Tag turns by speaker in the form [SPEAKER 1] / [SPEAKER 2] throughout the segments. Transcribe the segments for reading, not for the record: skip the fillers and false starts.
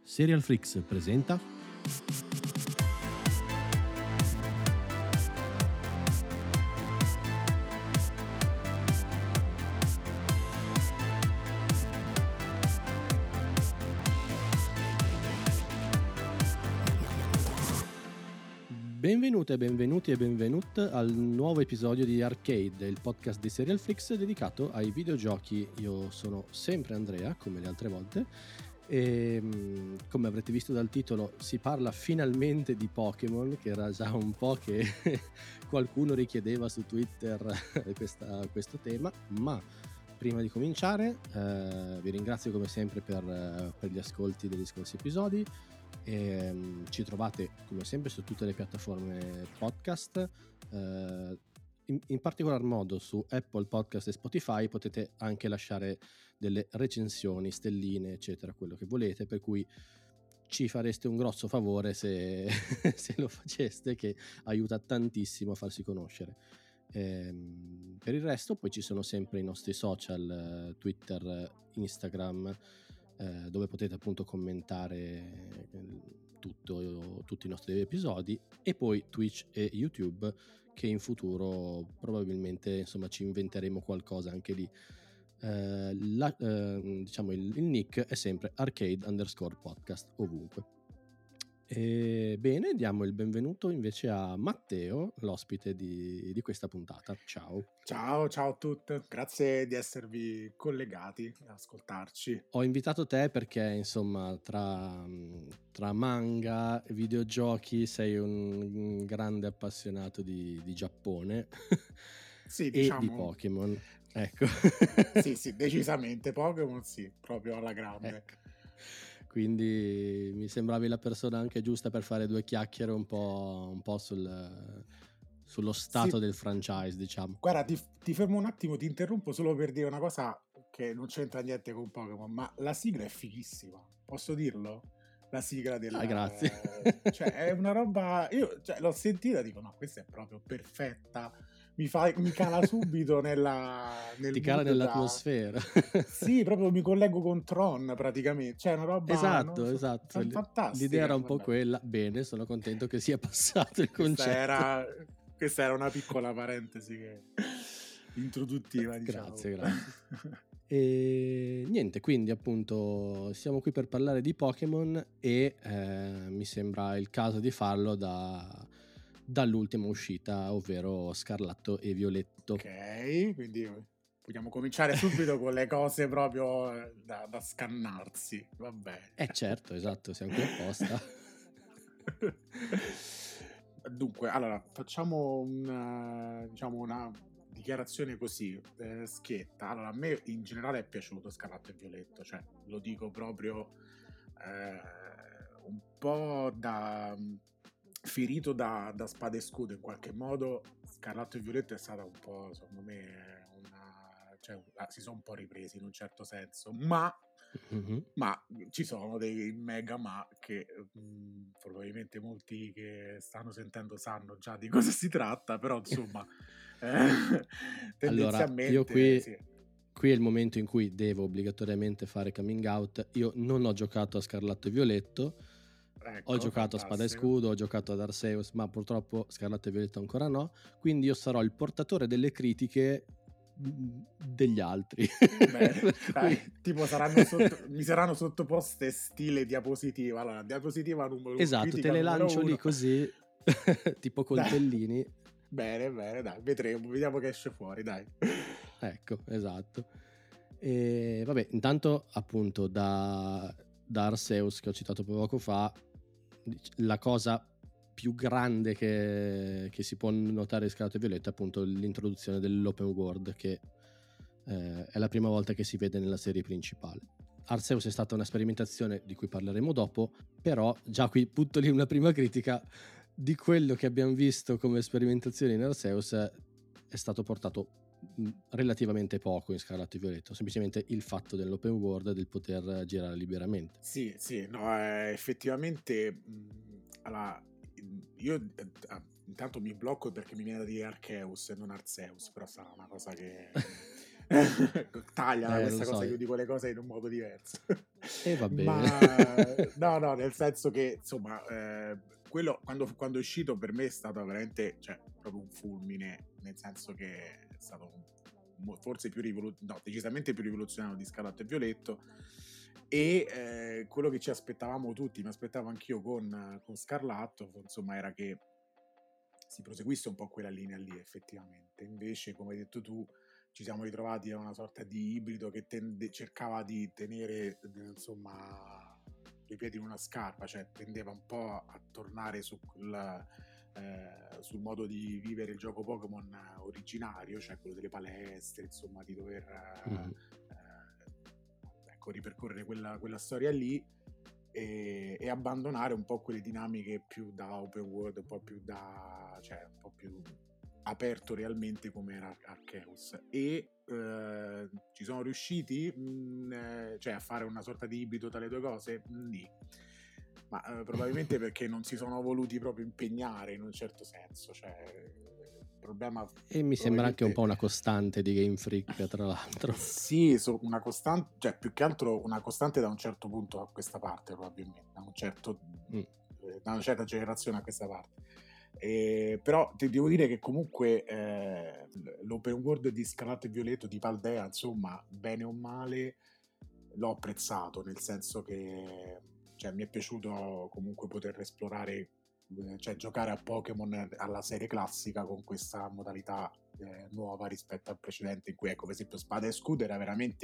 [SPEAKER 1] Serial Flix presenta Benvenute, benvenuti e benvenute al nuovo episodio di Arcade, il podcast di Serial Flix dedicato ai videogiochi. Io sono sempre Andrea, come le altre volte, e come avrete visto dal titolo si parla finalmente di Pokémon, che era già un po' che qualcuno richiedeva su Twitter questo tema. Ma prima di cominciare vi ringrazio come sempre per gli ascolti degli scorsi episodi. Ci trovate come sempre su tutte le piattaforme podcast, in particolar modo su Apple Podcast e Spotify. Potete anche lasciare delle recensioni, stelline eccetera, quello che volete, per cui ci fareste un grosso favore se lo faceste, che aiuta tantissimo a farsi conoscere. Per il resto poi ci sono sempre i nostri social, Twitter, Instagram, dove potete appunto commentare tutti i nostri episodi, e poi Twitch e YouTube, che in futuro probabilmente insomma ci inventeremo qualcosa anche lì. Diciamo il nick è sempre arcade_podcast ovunque. Bene, diamo il benvenuto invece a Matteo, l'ospite di questa puntata. Ciao.
[SPEAKER 2] Ciao a tutti, grazie di esservi collegati e ascoltarci.
[SPEAKER 1] Ho invitato te perché insomma tra manga e videogiochi sei un grande appassionato di Giappone
[SPEAKER 2] Sì,
[SPEAKER 1] e
[SPEAKER 2] diciamo,
[SPEAKER 1] di Pokémon, ecco.
[SPEAKER 2] sì, decisamente Pokémon, sì, proprio alla grande.
[SPEAKER 1] Ecco. Quindi mi sembravi la persona anche giusta per fare due chiacchiere un po' sullo stato
[SPEAKER 2] Sì.
[SPEAKER 1] del franchise, diciamo.
[SPEAKER 2] Guarda, ti fermo un attimo, ti interrompo solo per dire una cosa che non c'entra niente con Pokémon, ma la sigla è fighissima, posso dirlo? La sigla della...
[SPEAKER 1] Grazie.
[SPEAKER 2] Cioè, è una roba... Io l'ho sentita e dico, no, questa è proprio perfetta, mi cala subito nel
[SPEAKER 1] Ti cala
[SPEAKER 2] mood
[SPEAKER 1] nell'atmosfera.
[SPEAKER 2] Sì, proprio mi collego con Tron praticamente, cioè una roba...
[SPEAKER 1] Esatto.
[SPEAKER 2] Fantastica.
[SPEAKER 1] L'idea era un po'
[SPEAKER 2] Vabbè.
[SPEAKER 1] quella. Bene, sono contento che sia passato il concetto.
[SPEAKER 2] Questa era una piccola parentesi introduttiva, diciamo.
[SPEAKER 1] Grazie. E niente, quindi appunto siamo qui per parlare di Pokémon e mi sembra il caso di farlo dall'ultima uscita, ovvero Scarlatto e Violetto.
[SPEAKER 2] Ok, quindi vogliamo cominciare subito con le cose proprio da scannarsi, va bene.
[SPEAKER 1] Certo, esatto, siamo qui apposta.
[SPEAKER 2] Dunque, allora, facciamo una dichiarazione così, schietta. Allora, a me in generale è piaciuto Scarlatto e Violetto, cioè lo dico proprio un po' ferito da Spada e Scudo in qualche modo. Scarlatto e Violetto è stata un po', secondo me, si sono un po' ripresi in un certo senso, ma ci sono dei mega che probabilmente molti che stanno sentendo sanno già di cosa si tratta, però insomma tendenzialmente
[SPEAKER 1] allora, io qui,
[SPEAKER 2] sì.
[SPEAKER 1] Qui è il momento in cui devo obbligatoriamente fare coming out. Io non ho giocato a Scarlatto e Violetto,
[SPEAKER 2] Ecco,
[SPEAKER 1] ho giocato a Spada e Scudo, ho giocato ad Arceus, ma purtroppo Scarlatto e Violetto ancora no, quindi io sarò il portatore delle critiche degli altri.
[SPEAKER 2] Beh, tipo mi saranno sottoposte stile diapositiva. Allora, diapositiva numero
[SPEAKER 1] esatto, te le lancio lì così tipo coltellini.
[SPEAKER 2] Bene, dai, vediamo che esce fuori, dai.
[SPEAKER 1] Ecco, esatto. E vabbè, intanto appunto da Arceus, che ho citato poco fa, la cosa più grande che si può notare in Scarlatto e Violetto è appunto l'introduzione dell'open world, che è la prima volta che si vede nella serie principale. Arceus è stata una sperimentazione di cui parleremo dopo, però già qui butto lì una prima critica: di quello che abbiamo visto come sperimentazione in Arceus è stato portato relativamente poco in Scarlatto e Violetto, semplicemente il fatto dell'open world, del poter girare liberamente.
[SPEAKER 2] Sì, no, effettivamente allora, io intanto mi blocco perché mi viene da dire Arceus e non Arceus, però sarà una cosa che Tagliala
[SPEAKER 1] Lo
[SPEAKER 2] questa
[SPEAKER 1] so.
[SPEAKER 2] cosa che io dico le cose in un modo diverso.
[SPEAKER 1] E va bene.
[SPEAKER 2] Ma no, nel senso che insomma, quello quando è uscito per me è stato veramente, cioè, proprio un fulmine, nel senso che è stato forse decisamente più rivoluzionario di Scarlatto e Violetto. E quello che ci aspettavamo tutti, mi aspettavo anch'io con Scarlatto, insomma, era che si proseguisse un po' quella linea lì, effettivamente. Invece, come hai detto tu, ci siamo ritrovati a una sorta di ibrido che cercava di tenere, insomma, i piedi in una scarpa, cioè tendeva un po' a tornare sul modo di vivere il gioco Pokémon originario, cioè quello delle palestre, insomma, di dover ecco, ripercorrere quella storia lì, e abbandonare un po' quelle dinamiche più da open world, un po' più aperto realmente come era Arceus. E ci sono riusciti cioè a fare una sorta di ibrido tra le due cose? Nì. Ma probabilmente perché non si sono voluti proprio impegnare in un certo senso, cioè il problema
[SPEAKER 1] E mi sembra anche un
[SPEAKER 2] probabilmente
[SPEAKER 1] po' una costante di Game Freak, tra l'altro.
[SPEAKER 2] sì, una costante, cioè più che altro una costante da un certo punto a questa parte, probabilmente,
[SPEAKER 1] Mm.
[SPEAKER 2] Da una certa generazione a questa parte. Però ti devo dire che comunque l'open world di Scarlatto e Violetto di Paldea, insomma, bene o male, l'ho apprezzato, nel senso che, cioè, mi è piaciuto comunque poter esplorare, cioè giocare a Pokémon alla serie classica con questa modalità nuova rispetto al precedente, in cui, ecco, per esempio Spada e Scudo era veramente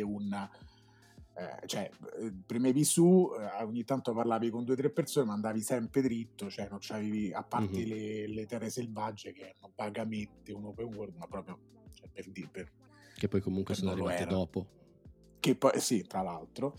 [SPEAKER 2] cioè premevi su, ogni tanto parlavi con 2 o 3 persone, ma andavi sempre dritto, cioè non c'avevi, a parte le terre selvagge che erano vagamente un open world, ma proprio, cioè,
[SPEAKER 1] Che poi comunque sono
[SPEAKER 2] non lo
[SPEAKER 1] arrivati
[SPEAKER 2] era.
[SPEAKER 1] dopo.
[SPEAKER 2] Che poi sì, tra l'altro,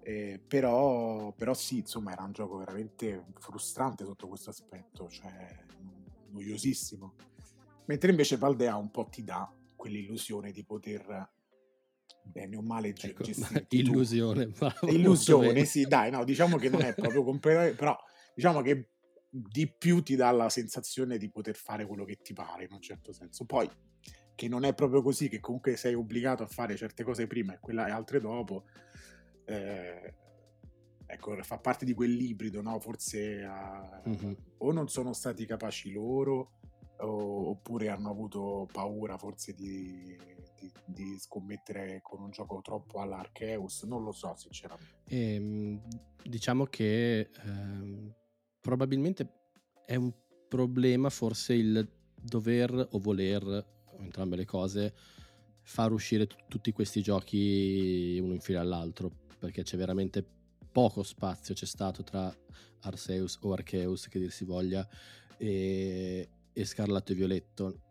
[SPEAKER 2] però sì, insomma, era un gioco veramente frustrante sotto questo aspetto, cioè noiosissimo. Mentre invece Paldea un po' ti dà quell'illusione di poter bene o male
[SPEAKER 1] Ecco, ma
[SPEAKER 2] gestirti tu.
[SPEAKER 1] illusione, va molto
[SPEAKER 2] Illusione,
[SPEAKER 1] bene.
[SPEAKER 2] sì, dai, no, diciamo che non è proprio completamente, però diciamo che di più ti dà la sensazione di poter fare quello che ti pare, in un certo senso. Poi, che non è proprio così, che comunque sei obbligato a fare certe cose prima e altre dopo, eh, ecco, fa parte di quell'ibrido, no? Forse o non sono stati capaci loro, oppure hanno avuto paura forse di scommettere con un gioco troppo all'Arceus, non lo so sinceramente.
[SPEAKER 1] Diciamo che probabilmente è un problema forse il dover o voler, o entrambe le cose, far uscire tutti questi giochi uno in fila all'altro, perché c'è veramente poco spazio c'è stato tra Arceus o Arceus, che dir si voglia, e Scarlatto e Violetto.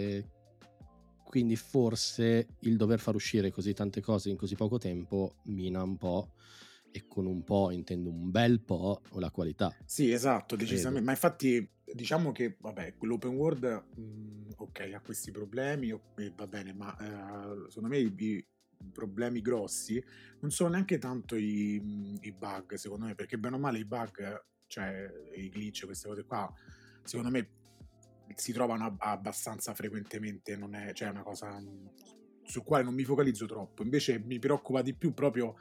[SPEAKER 1] Quindi forse il dover far uscire così tante cose in così poco tempo mina un po', e con un po' intendo un bel po', la qualità,
[SPEAKER 2] Sì, esatto,
[SPEAKER 1] credo.
[SPEAKER 2] decisamente. Ma infatti diciamo che, vabbè, quell'open world, ok, ha questi problemi, va bene, ma secondo me i problemi grossi non sono neanche tanto i bug, secondo me, perché bene o male i bug, cioè i glitch, queste cose qua, secondo me si trovano abbastanza frequentemente, non è, cioè, è una cosa su quale non mi focalizzo troppo. Invece mi preoccupa di più proprio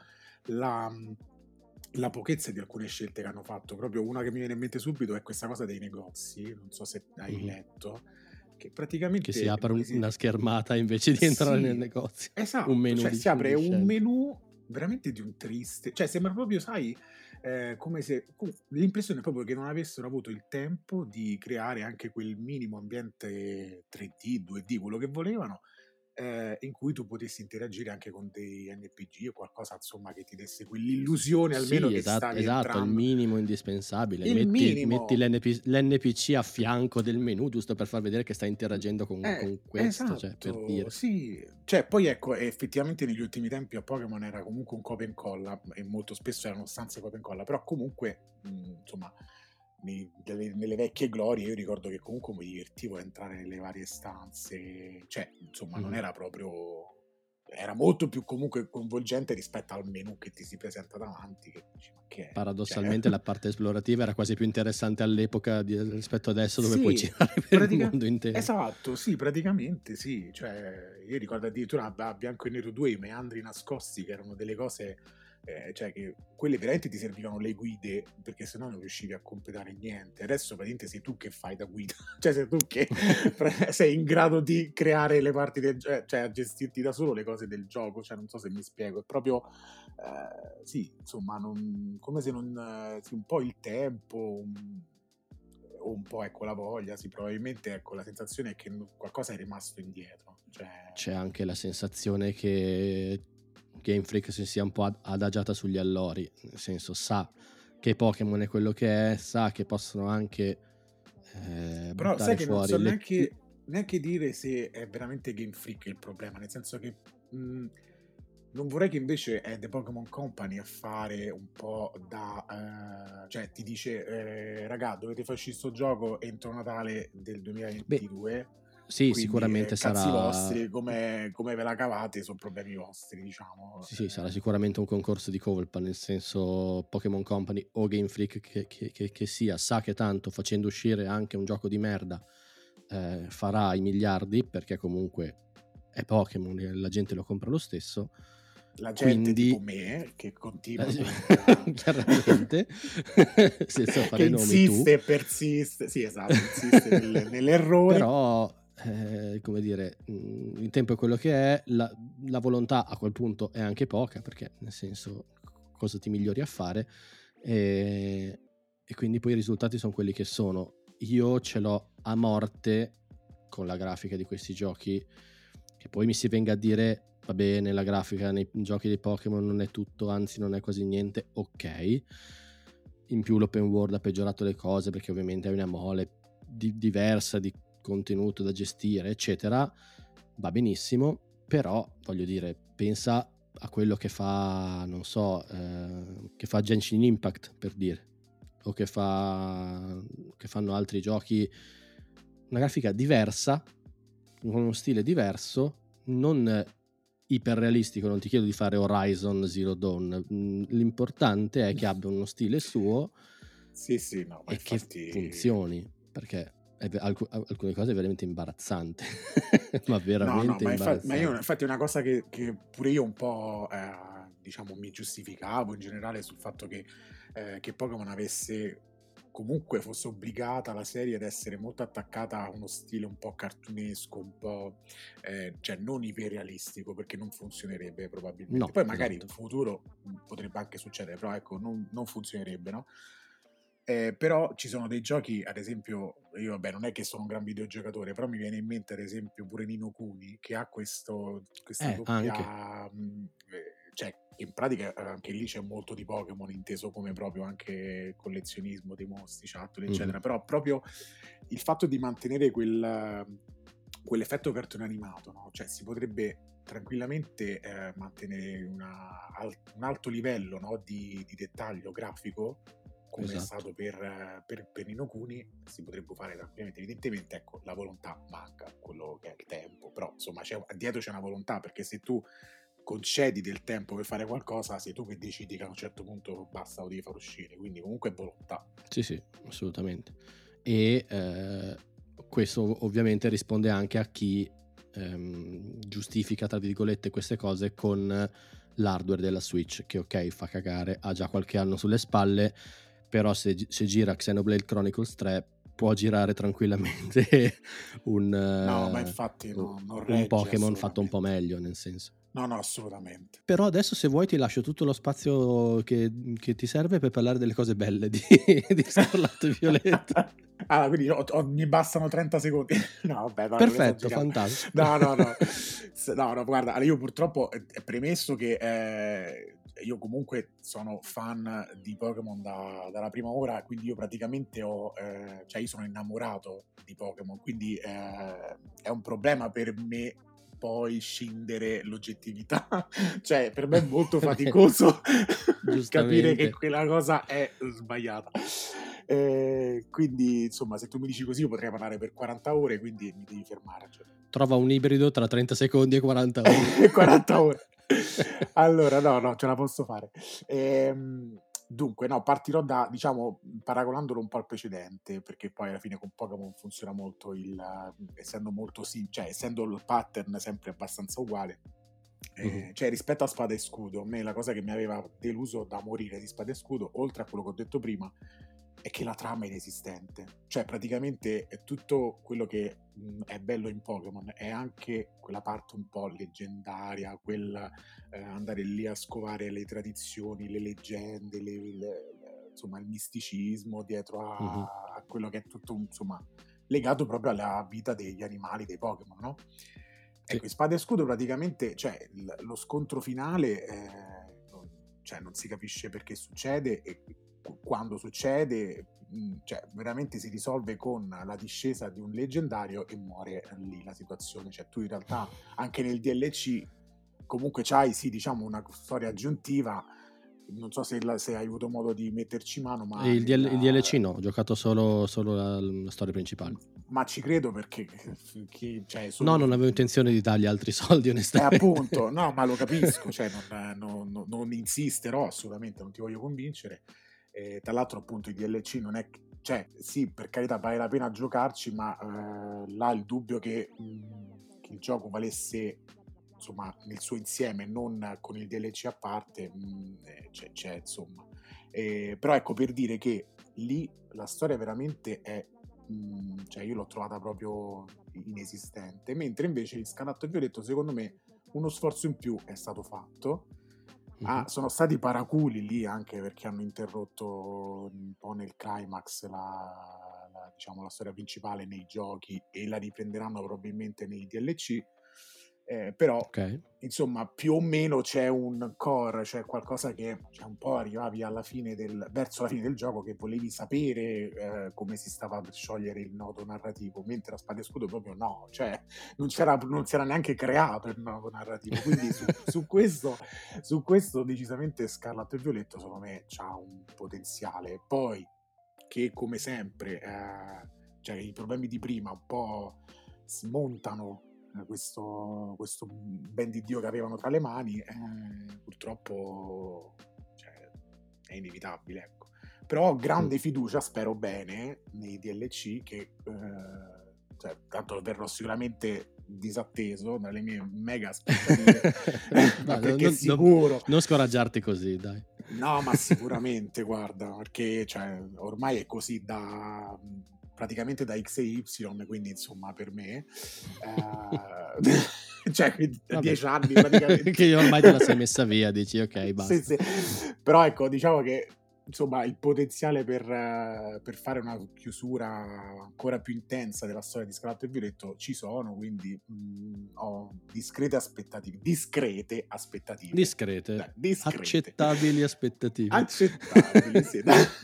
[SPEAKER 2] la pochezza di alcune scelte che hanno fatto. Proprio una che mi viene in mente subito è questa cosa dei negozi, non so se hai letto, che
[SPEAKER 1] Che si
[SPEAKER 2] praticamente
[SPEAKER 1] apre una schermata invece di entrare nel
[SPEAKER 2] sì,
[SPEAKER 1] negozio, un
[SPEAKER 2] esatto,
[SPEAKER 1] menu
[SPEAKER 2] cioè si apre
[SPEAKER 1] di
[SPEAKER 2] un
[SPEAKER 1] scelta.
[SPEAKER 2] menu veramente di un triste, cioè sembra proprio, sai, come se l'impressione è proprio che non avessero avuto il tempo di creare anche quel minimo ambiente 3D, 2D, quello che volevano, in cui tu potessi interagire anche con dei NPG o qualcosa, insomma, che ti desse quell'illusione almeno
[SPEAKER 1] Sì,
[SPEAKER 2] che
[SPEAKER 1] esatto,
[SPEAKER 2] stavi
[SPEAKER 1] esatto, il
[SPEAKER 2] entrando.
[SPEAKER 1] minimo indispensabile.
[SPEAKER 2] Il
[SPEAKER 1] Metti
[SPEAKER 2] minimo!
[SPEAKER 1] l'NPC a fianco del menu, giusto per far vedere che stai interagendo con questo, cioè, per
[SPEAKER 2] Esatto,
[SPEAKER 1] dire.
[SPEAKER 2] sì. Cioè, poi ecco, effettivamente negli ultimi tempi a Pokémon era comunque un copia e incolla, e molto spesso erano stanze copia e incolla, però comunque, insomma, nelle vecchie glorie io ricordo che comunque mi divertivo a entrare nelle varie stanze, cioè, insomma, non
[SPEAKER 1] Mhm.
[SPEAKER 2] era proprio era molto più comunque coinvolgente rispetto al menu che ti si presenta davanti, che dici, ma che è?
[SPEAKER 1] Paradossalmente la parte esplorativa era quasi più interessante all'epoca rispetto adesso, dove puoi
[SPEAKER 2] Sì,
[SPEAKER 1] girare per il mondo intero.
[SPEAKER 2] esatto, sì, praticamente sì. Cioè, io ricordo addirittura a Bianco e Nero 2 i meandri nascosti, che erano delle cose, cioè che quelle veramente ti servivano le guide, perché sennò non riuscivi a completare niente. Adesso praticamente sei tu che fai da guida, cioè sei tu che sei in grado di creare le parti del gioco, cioè a gestirti da solo le cose del gioco, cioè non so se mi spiego, è proprio sì, insomma, come se non sì, un po' il tempo, o un po' ecco la voglia, sì, probabilmente ecco la sensazione è che qualcosa è rimasto indietro, cioè
[SPEAKER 1] C'è anche la sensazione che Game Freak si sia un po' adagiata sugli allori, nel senso sa che Pokémon è quello che è, sa che possono anche
[SPEAKER 2] però sai
[SPEAKER 1] buttare
[SPEAKER 2] che non so
[SPEAKER 1] fuori
[SPEAKER 2] neanche dire se è veramente Game Freak il problema, nel senso che non vorrei che invece è The Pokémon Company a fare un po' da cioè ti dice raga, dovete farci sto gioco entro Natale del
[SPEAKER 1] Beh,
[SPEAKER 2] 2022,
[SPEAKER 1] sì,
[SPEAKER 2] quindi
[SPEAKER 1] sicuramente
[SPEAKER 2] cazzi
[SPEAKER 1] sarà.
[SPEAKER 2] vostri, come ve la cavate sono problemi vostri, diciamo.
[SPEAKER 1] Sì, sarà sicuramente un concorso di colpa, nel senso Pokémon Company o Game Freak che sia, sa che tanto facendo uscire anche un gioco di merda farà i miliardi, perché comunque è Pokémon e la gente lo compra lo stesso,
[SPEAKER 2] La gente tipo
[SPEAKER 1] quindi
[SPEAKER 2] me, che continua comunque a
[SPEAKER 1] chiaramente, senza
[SPEAKER 2] che
[SPEAKER 1] fare nomi tu,
[SPEAKER 2] insiste e persiste, sì esatto, insiste nell'errore.
[SPEAKER 1] però come dire, il tempo è quello che è, la volontà a quel punto è anche poca, perché nel senso cosa ti migliori a fare, e quindi poi i risultati sono quelli che sono. Io ce l'ho a morte con la grafica di questi giochi, che poi mi si venga a dire va bene, la grafica nei giochi di Pokémon non è tutto, anzi non è quasi niente, ok, in più l'open world ha peggiorato le cose perché ovviamente hai una mole diversa di contenuto da gestire eccetera, va benissimo, però voglio dire, pensa a quello che fa, non so, che fa Genshin Impact, per dire, o che fanno altri giochi, una grafica diversa, con uno stile diverso, non iperrealistico. Non ti chiedo di fare Horizon Zero Dawn, l'importante è che abbia uno stile suo
[SPEAKER 2] Sì, no, ma
[SPEAKER 1] e che
[SPEAKER 2] infatti
[SPEAKER 1] funzioni, perché alcune cose è veramente imbarazzante ma
[SPEAKER 2] no,
[SPEAKER 1] veramente
[SPEAKER 2] ma io
[SPEAKER 1] imbarazzante.
[SPEAKER 2] infatti è una cosa che pure io un po', diciamo mi giustificavo in generale sul fatto che Pokémon avesse comunque fosse obbligata la serie ad essere molto attaccata a uno stile un po' cartunesco, un po' cioè non iperrealistico, perché non funzionerebbe probabilmente.
[SPEAKER 1] No,
[SPEAKER 2] Poi magari in
[SPEAKER 1] esatto.
[SPEAKER 2] futuro potrebbe anche succedere, però ecco, non funzionerebbe, no? Però ci sono dei giochi, ad esempio, io vabbè non è che sono un gran videogiocatore, però mi viene in mente ad esempio pure Ni no Kuni, che ha questa
[SPEAKER 1] Anche.
[SPEAKER 2] doppia, cioè in pratica anche lì c'è molto di Pokémon, inteso come proprio anche collezionismo dei mostri, chattel, eccetera, però proprio il fatto di mantenere quell'effetto cartone animato, no? Cioè si potrebbe tranquillamente mantenere un alto livello, no? di dettaglio grafico, come è
[SPEAKER 1] Esatto.
[SPEAKER 2] stato per Ni no Kuni, si potrebbe fare tranquillamente. Evidentemente, ecco, la volontà manca, quello che è il tempo, però insomma dietro c'è una volontà, perché se tu concedi del tempo per fare qualcosa, sei tu che decidi che a un certo punto basta, lo devi far uscire, quindi comunque è volontà.
[SPEAKER 1] Sì, assolutamente. E questo ovviamente risponde anche a chi giustifica, tra virgolette, queste cose con l'hardware della Switch, che ok, fa cagare, ha già qualche anno sulle spalle, però se gira Xenoblade Chronicles 3 può girare tranquillamente
[SPEAKER 2] No, ma infatti non
[SPEAKER 1] un
[SPEAKER 2] regge
[SPEAKER 1] Pokémon fatto un po'
[SPEAKER 2] assolutamente.
[SPEAKER 1] meglio, nel senso.
[SPEAKER 2] No, assolutamente.
[SPEAKER 1] Però adesso, se vuoi, ti lascio tutto lo spazio che ti serve per parlare delle cose belle di, di Scarlatto e Violetta.
[SPEAKER 2] Ah, quindi mi bastano 30 secondi. No, vabbè, no, non
[SPEAKER 1] Perfetto,
[SPEAKER 2] esageriamo.
[SPEAKER 1] fantastico.
[SPEAKER 2] No. No, guarda, allora io purtroppo è premesso che io comunque sono fan di Pokémon dalla prima ora, quindi io praticamente cioè io sono innamorato di Pokémon, quindi è un problema per me poi scindere l'oggettività. Cioè, per me è molto faticoso capire che
[SPEAKER 1] Giustamente.
[SPEAKER 2] quella cosa è sbagliata. Quindi, insomma, se tu mi dici così io potrei parlare per 40 ore, quindi mi devi fermare. Cioè.
[SPEAKER 1] Trova un ibrido tra 30 secondi e 40 ore.
[SPEAKER 2] 40 ore. Allora, no, ce la posso fare. Dunque, no, partirò da, diciamo, paragonandolo un po' al precedente, perché poi alla fine con Pokémon funziona molto essendo molto cioè essendo il pattern sempre abbastanza uguale. Cioè rispetto a Spada e Scudo, a me la cosa che mi aveva deluso da morire di Spada e Scudo, oltre a quello che ho detto prima, è che la trama è inesistente. Cioè praticamente è tutto quello che è bello in Pokémon, è anche quella parte un po' leggendaria, quel andare lì a scovare le tradizioni, le leggende, insomma il misticismo dietro a quello che è tutto, insomma, legato proprio alla vita degli animali, dei Pokémon, no?
[SPEAKER 1] Sì.
[SPEAKER 2] Ecco, in Spada e Scudo praticamente, cioè, lo scontro finale, cioè, non si capisce perché succede e quando succede, cioè, veramente si risolve con la discesa di un leggendario e muore lì la situazione. Cioè, tu in realtà anche nel DLC comunque c'hai, sì, diciamo, una storia aggiuntiva. Non so se hai avuto modo di metterci mano, ma
[SPEAKER 1] Il DLC no, ho giocato solo la storia principale.
[SPEAKER 2] Ma ci credo perché cioè,
[SPEAKER 1] No, non avevo intenzione di dargli altri soldi, onestamente.
[SPEAKER 2] appunto, no, ma lo capisco, cioè non insisterò assolutamente, non ti voglio convincere. Tra l'altro appunto i DLC non è, cioè sì, per carità vale la pena giocarci, ma là il dubbio che il gioco valesse, insomma, nel suo insieme, non con il DLC a parte, c'è insomma. Però ecco, per dire che lì la storia veramente è, cioè io l'ho trovata proprio inesistente, mentre invece in Scarlatto e Violetto secondo me uno sforzo in più è stato fatto. Sono stati paraculi lì anche perché hanno interrotto un po' nel climax diciamo, la storia principale nei giochi e la riprenderanno probabilmente nei DLC. Però
[SPEAKER 1] Ok.
[SPEAKER 2] insomma più o meno c'è un core, cioè qualcosa che un po' arrivavi alla fine verso la fine del gioco che volevi sapere come si stava per sciogliere il nodo narrativo, mentre a Spada e Scudo proprio no, cioè non si era neanche creato il nodo narrativo, quindi su questo decisamente Scarlatto e Violetto secondo me c'ha un potenziale. Poi che come sempre cioè i problemi di prima un po' smontano questo ben di Dio che avevano tra le mani, purtroppo cioè, è inevitabile, ecco. Però ho grande fiducia, spero bene, nei DLC che cioè, tanto verrò sicuramente disatteso dalle mie mega aspettative, ma perché sicuro
[SPEAKER 1] non scoraggiarti così, dai.
[SPEAKER 2] No, ma sicuramente, guarda, perché cioè, ormai è così praticamente da X e Y, quindi insomma per me, cioè quindi da 10 anni praticamente.
[SPEAKER 1] Che ormai te la sei messa via, dici ok, basta.
[SPEAKER 2] Sì. Però ecco, diciamo che insomma il potenziale per fare una chiusura ancora più intensa della storia di Scarlatto e Violetto ci sono, quindi ho discrete aspettative. Discrete.
[SPEAKER 1] Accettabili aspettative.
[SPEAKER 2] Accettabili, sì.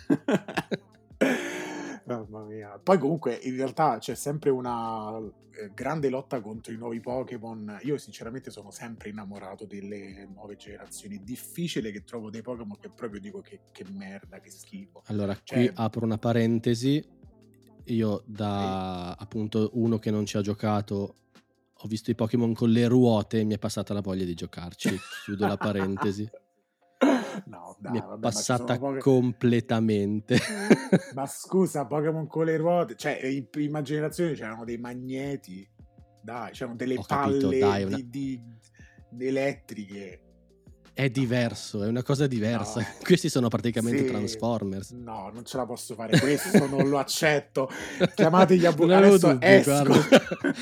[SPEAKER 2] Mamma mia. Poi comunque in realtà c'è sempre una grande lotta contro i nuovi Pokémon. Io sinceramente sono sempre innamorato delle nuove generazioni. Difficile che trovo dei Pokémon che proprio dico che merda, che schifo.
[SPEAKER 1] Allora,
[SPEAKER 2] Cioè,
[SPEAKER 1] qui apro una parentesi. Io da appunto uno che non ci ha giocato ho visto i Pokémon con le ruote e mi è passata la voglia di giocarci. Chiudo la parentesi.
[SPEAKER 2] No, dai,
[SPEAKER 1] Mi è
[SPEAKER 2] vabbè, ma ci sono
[SPEAKER 1] passata completamente.
[SPEAKER 2] Ma scusa, Pokémon con le ruote, cioè in prima generazione c'erano dei magneti, dai, c'erano delle
[SPEAKER 1] Ho capito,
[SPEAKER 2] palle
[SPEAKER 1] dai,
[SPEAKER 2] di elettriche.
[SPEAKER 1] è diverso, è una cosa diversa.
[SPEAKER 2] No,
[SPEAKER 1] Questi sono praticamente
[SPEAKER 2] sì,
[SPEAKER 1] Transformers.
[SPEAKER 2] no, non ce la posso fare, questo non lo accetto. Chiamate gli
[SPEAKER 1] Non avevo
[SPEAKER 2] adesso
[SPEAKER 1] dubbi,
[SPEAKER 2] esco.
[SPEAKER 1] guarda.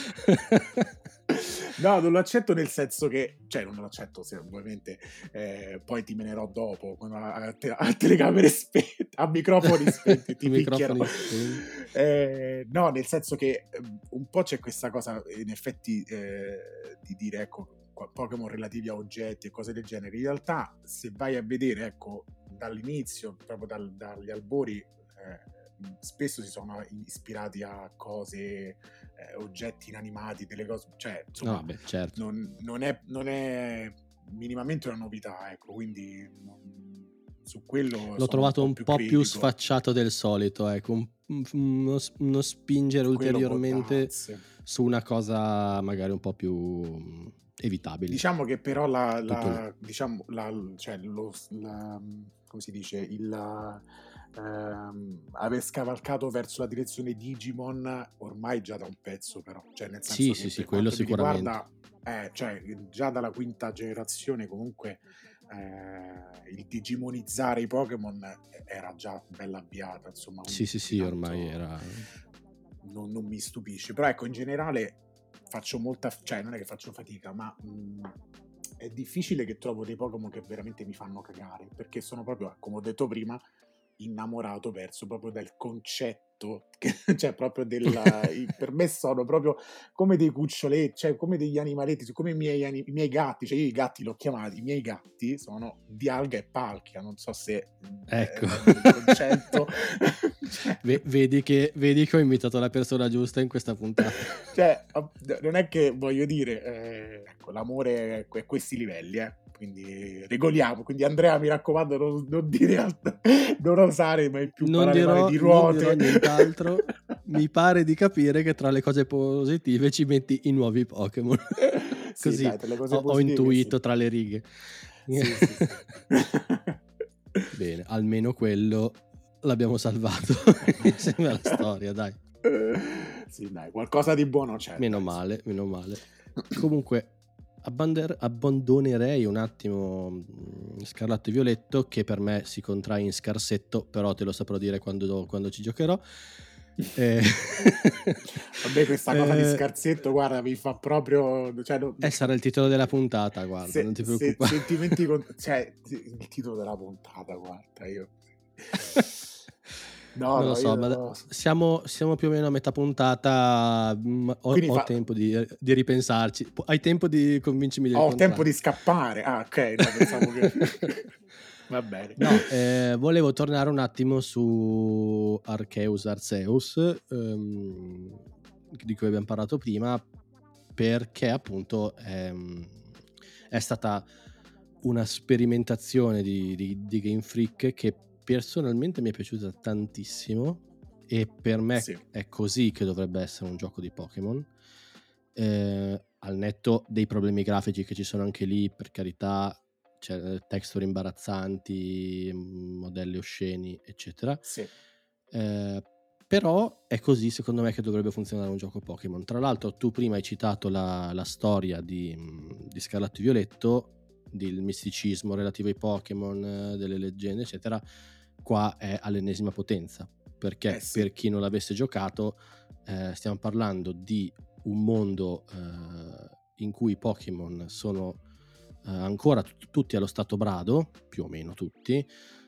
[SPEAKER 2] No, non lo accetto nel senso che, cioè non lo accetto se ovviamente poi ti menerò dopo a telecamere spente, a microfoni spenti, ti picchierò.
[SPEAKER 1] Microfoni spenti.
[SPEAKER 2] No, nel senso che un po' c'è questa cosa in effetti di dire ecco Pokémon relativi a oggetti e cose del genere. In realtà se vai a vedere ecco dall'inizio, proprio dagli albori, spesso si sono ispirati a cose, oggetti inanimati, delle cose, cioè insomma
[SPEAKER 1] No, beh, certo.
[SPEAKER 2] non è minimamente una novità, ecco, quindi su quello
[SPEAKER 1] L'ho
[SPEAKER 2] sono
[SPEAKER 1] trovato un
[SPEAKER 2] più
[SPEAKER 1] po' più
[SPEAKER 2] critico.
[SPEAKER 1] sfacciato del solito, ecco, uno spingere
[SPEAKER 2] Quello può
[SPEAKER 1] ulteriormente
[SPEAKER 2] darsi.
[SPEAKER 1] su una cosa magari un po' più evitabile.
[SPEAKER 2] Diciamo che però
[SPEAKER 1] Tutto lì.
[SPEAKER 2] diciamo, cioè come si dice, aver scavalcato verso la direzione Digimon ormai già da un pezzo, però, cioè nel senso
[SPEAKER 1] Sì,
[SPEAKER 2] che
[SPEAKER 1] sì, sì,
[SPEAKER 2] per
[SPEAKER 1] quello
[SPEAKER 2] quanto mi
[SPEAKER 1] sicuramente.
[SPEAKER 2] riguarda, cioè già dalla quinta generazione comunque il digimonizzare i Pokémon era già bella avviata, insomma,
[SPEAKER 1] Sì,
[SPEAKER 2] quindi
[SPEAKER 1] sì,
[SPEAKER 2] più di
[SPEAKER 1] sì, ormai
[SPEAKER 2] tanto
[SPEAKER 1] era...
[SPEAKER 2] non mi stupisce. Però ecco, in generale faccio molta, cioè non è che faccio fatica, ma è difficile che trovo dei Pokémon che veramente mi fanno cagare, perché sono proprio, come ho detto prima, innamorato verso proprio del concetto, cioè proprio per me sono proprio come dei cuccioletti, cioè come degli animaletti, come i miei gatti, cioè io i gatti li ho chiamati, i miei gatti sono Dialga e Palkia, non so se
[SPEAKER 1] Ecco.
[SPEAKER 2] rendi il concetto. Cioè,
[SPEAKER 1] Vedi che ho invitato la persona giusta in questa puntata.
[SPEAKER 2] cioè, non è che voglio dire, ecco, l'amore è questi livelli, quindi regoliamo. Quindi Andrea, mi raccomando, non dire non osare mai più parlare male di
[SPEAKER 1] Non dirò
[SPEAKER 2] ruote.
[SPEAKER 1] nient'altro. Mi pare di capire che tra le cose positive ci metti i nuovi Pokémon.
[SPEAKER 2] Sì,
[SPEAKER 1] Così
[SPEAKER 2] dai, per le cose
[SPEAKER 1] ho
[SPEAKER 2] positive sì.
[SPEAKER 1] intuito tra le righe.
[SPEAKER 2] Sì, sì, sì.
[SPEAKER 1] Bene, almeno quello l'abbiamo salvato insieme alla storia, dai.
[SPEAKER 2] Sì, dai, qualcosa di buono c'è.
[SPEAKER 1] Meno
[SPEAKER 2] Dai,
[SPEAKER 1] male, meno male. Comunque abbandonerei un attimo Scarlatto e Violetto, che per me si contrae in Scarsetto, però te lo saprò dire quando ci giocherò.
[SPEAKER 2] Vabbè, questa cosa di Scarsetto, guarda, mi fa proprio, cioè,
[SPEAKER 1] sarà il titolo della puntata, guarda, non ti preoccupare.
[SPEAKER 2] sentimenti cioè il titolo della puntata, guarda, io
[SPEAKER 1] Non lo
[SPEAKER 2] no,
[SPEAKER 1] so, ma siamo più o meno a metà puntata.
[SPEAKER 2] quindi
[SPEAKER 1] Ho tempo di ripensarci. Hai tempo di convincermi del
[SPEAKER 2] ho tempo
[SPEAKER 1] contrario.
[SPEAKER 2] di scappare. Ah, ok, no, pensavo che va bene.
[SPEAKER 1] No, volevo tornare un attimo su Arceus, di cui abbiamo parlato prima, perché appunto è stata una sperimentazione di Game Freak che personalmente mi è piaciuta tantissimo, e per me
[SPEAKER 2] Sì.
[SPEAKER 1] è così che dovrebbe essere un gioco di Pokémon. Al netto dei problemi grafici che ci sono anche lì, per carità, cioè texture imbarazzanti, modelli osceni, eccetera.
[SPEAKER 2] Sì.
[SPEAKER 1] Però è così secondo me che dovrebbe funzionare un gioco Pokémon. Tra l'altro tu prima hai citato la storia di Scarlatto e Violetto, del misticismo relativo ai Pokémon, delle leggende, eccetera. Qua è all'ennesima potenza, perché
[SPEAKER 2] Sì.
[SPEAKER 1] per chi non l'avesse giocato, stiamo parlando di un mondo in cui i Pokémon sono ancora tutti allo stato brado, più o meno tutti,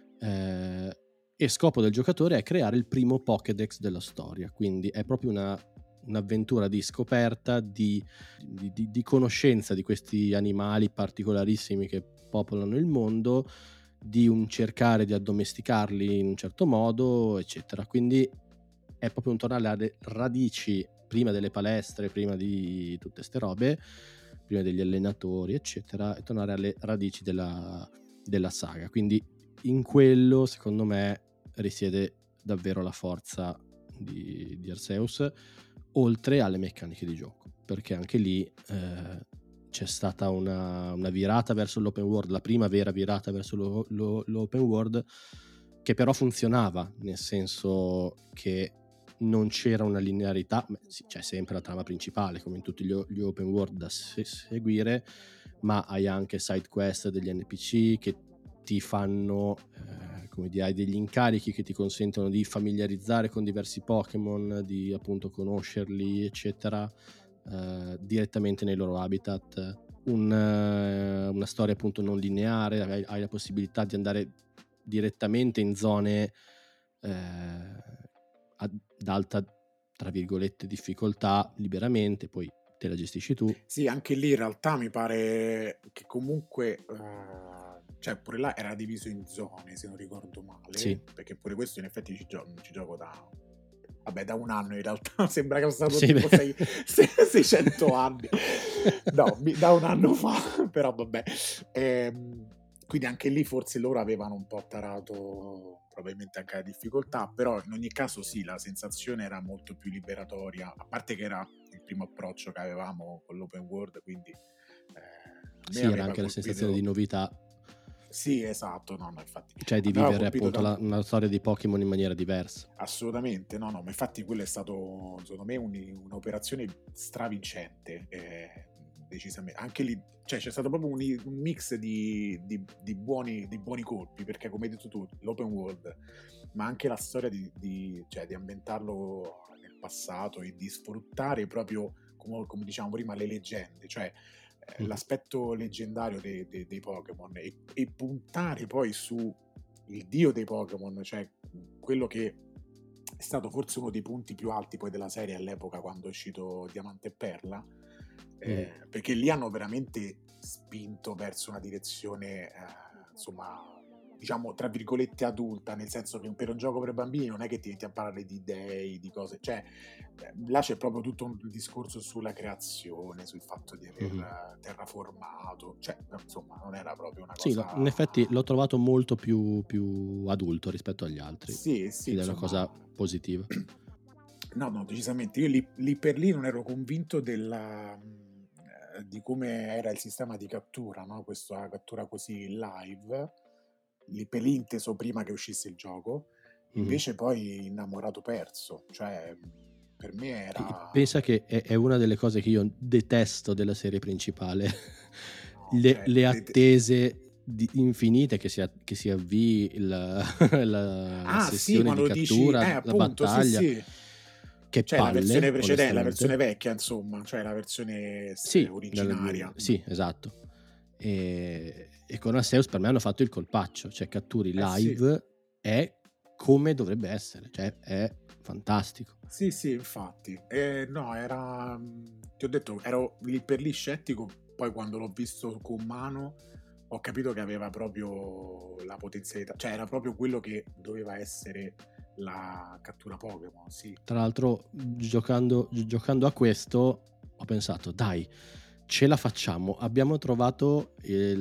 [SPEAKER 1] e scopo del giocatore è creare il primo Pokédex della storia, quindi è proprio un'avventura di scoperta, di conoscenza di questi animali particolarissimi che popolano il mondo, di un cercare di addomesticarli in un certo modo, eccetera. Quindi è proprio un tornare alle radici, prima delle palestre, prima di tutte ste robe, prima degli allenatori, eccetera, e tornare alle radici della saga. Quindi in quello, secondo me, risiede davvero la forza di Arceus, oltre alle meccaniche di gioco, perché anche lì c'è stata una virata verso l'open world, la prima vera virata verso l'open world, che però funzionava, nel senso che non c'era una linearità, c'è sempre la trama principale come in tutti gli open world da seguire, ma hai anche side quest degli NPC che ti fanno, come dire, hai degli incarichi che ti consentono di familiarizzare con diversi Pokémon, di appunto conoscerli, eccetera, direttamente nei loro habitat. Una storia appunto non lineare, hai la possibilità di andare direttamente in zone ad alta, tra virgolette, difficoltà liberamente, poi te la gestisci tu.
[SPEAKER 2] Sì, anche lì in realtà mi pare che comunque, cioè pure là era diviso in zone, se non ricordo male,
[SPEAKER 1] Sì.
[SPEAKER 2] perché pure questo in effetti ci gioco da un anno in realtà, sembra che sia stato
[SPEAKER 1] Sì,
[SPEAKER 2] tipo 600 anni, no, da un anno fa, però vabbè. quindi anche lì forse loro avevano un po' tarato probabilmente anche la difficoltà, però in ogni caso sì, la sensazione era molto più liberatoria, a parte che era il primo approccio che avevamo con l'open world, quindi a me
[SPEAKER 1] Sì, era
[SPEAKER 2] aveva
[SPEAKER 1] anche la sensazione di
[SPEAKER 2] colpito.
[SPEAKER 1] novità,
[SPEAKER 2] Sì, esatto, no, infatti
[SPEAKER 1] cioè
[SPEAKER 2] a
[SPEAKER 1] di
[SPEAKER 2] me aveva
[SPEAKER 1] vivere
[SPEAKER 2] colpito
[SPEAKER 1] appunto
[SPEAKER 2] tanto.
[SPEAKER 1] una storia di Pokémon in maniera diversa.
[SPEAKER 2] Assolutamente, no, no, ma infatti quello è stato, secondo me, un'operazione stravincente, decisamente. Anche lì, cioè, c'è stato proprio un mix di buoni colpi, perché come hai detto tu, l'open world, ma anche la storia cioè, di ambientarlo nel passato e di sfruttare proprio, come diciamo prima, le leggende, cioè l'aspetto leggendario dei Pokémon e puntare poi su il dio dei Pokémon, cioè quello che è stato forse uno dei punti più alti poi della serie all'epoca quando è uscito Diamante e Perla, perché lì hanno veramente spinto verso una direzione, insomma, diciamo tra virgolette adulta, nel senso che per un gioco per bambini non è che ti metti a parlare di dei, di cose, cioè là c'è proprio tutto un discorso sulla creazione, sul fatto di aver terraformato, cioè insomma non era proprio una
[SPEAKER 1] Sì, in
[SPEAKER 2] cosa.
[SPEAKER 1] effetti l'ho trovato molto più adulto rispetto agli altri,
[SPEAKER 2] Sì, sì,
[SPEAKER 1] ed è una cosa
[SPEAKER 2] insomma.
[SPEAKER 1] positiva.
[SPEAKER 2] No, no, decisamente. Io lì per lì non ero convinto di come era il sistema di cattura, no? Questa cattura così live, lì per lì inteso prima che uscisse il gioco, invece poi innamorato perso, cioè per me era.
[SPEAKER 1] Pensa che è una delle cose che io detesto della serie principale,
[SPEAKER 2] No, cioè,
[SPEAKER 1] le attese infinite che si avvii la
[SPEAKER 2] ah sì,
[SPEAKER 1] sessione di
[SPEAKER 2] quando dici,
[SPEAKER 1] cattura, la
[SPEAKER 2] appunto, sì,
[SPEAKER 1] battaglia,
[SPEAKER 2] sì.
[SPEAKER 1] che
[SPEAKER 2] Cioè la versione
[SPEAKER 1] palle,
[SPEAKER 2] precedente, la versione
[SPEAKER 1] onestamente.
[SPEAKER 2] vecchia, insomma, cioè la versione
[SPEAKER 1] Sì,
[SPEAKER 2] originaria.
[SPEAKER 1] sì, esatto. E con Arceus per me hanno fatto il colpaccio, cioè catturi
[SPEAKER 2] Eh sì.
[SPEAKER 1] live è come dovrebbe essere, cioè è fantastico.
[SPEAKER 2] Sì, sì, infatti. No, era. Ti ho detto, ero lì per lì scettico, poi quando l'ho visto con mano ho capito che aveva proprio la potenzialità, cioè era proprio quello che doveva essere la cattura Pokémon, sì.
[SPEAKER 1] Tra l'altro, giocando a questo, ho pensato, dai, ce la facciamo. Abbiamo trovato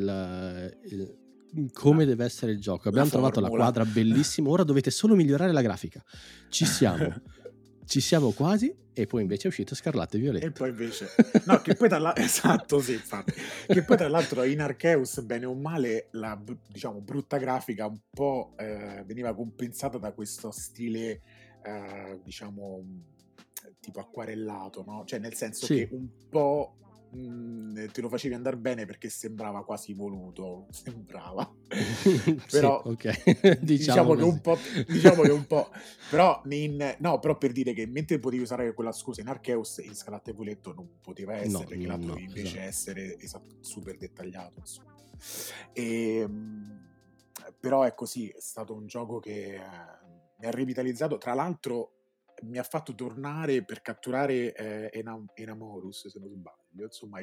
[SPEAKER 1] come deve essere il gioco.
[SPEAKER 2] La
[SPEAKER 1] Abbiamo trovato la
[SPEAKER 2] formula.
[SPEAKER 1] quadra bellissima. Ora dovete solo migliorare la grafica. Ci siamo. Ci siamo quasi. E poi invece è uscito Scarlatto e
[SPEAKER 2] E
[SPEAKER 1] Violetto.
[SPEAKER 2] poi invece, no, che poi esatto, sì, infatti, che poi tra l'altro in Arceus, bene o male, diciamo, brutta grafica un po' veniva compensata da questo stile, diciamo, tipo acquarellato, no? Cioè nel senso che
[SPEAKER 1] Sì.
[SPEAKER 2] un po' te lo facevi andare bene perché sembrava quasi voluto, sembrava.
[SPEAKER 1] Sì,
[SPEAKER 2] Però
[SPEAKER 1] ok. Diciamo così.
[SPEAKER 2] diciamo che un po'. Però, no, però per dire che mentre potevi usare quella scusa in Arceus, in Scarlatto e Violetto non poteva essere,
[SPEAKER 1] No,
[SPEAKER 2] perché là dovevi invece
[SPEAKER 1] esatto.
[SPEAKER 2] essere super dettagliato, insomma. E, però è così, è stato un gioco che mi ha rivitalizzato. Tra l'altro mi ha fatto tornare per catturare Enamorus, se non sbaglio, insomma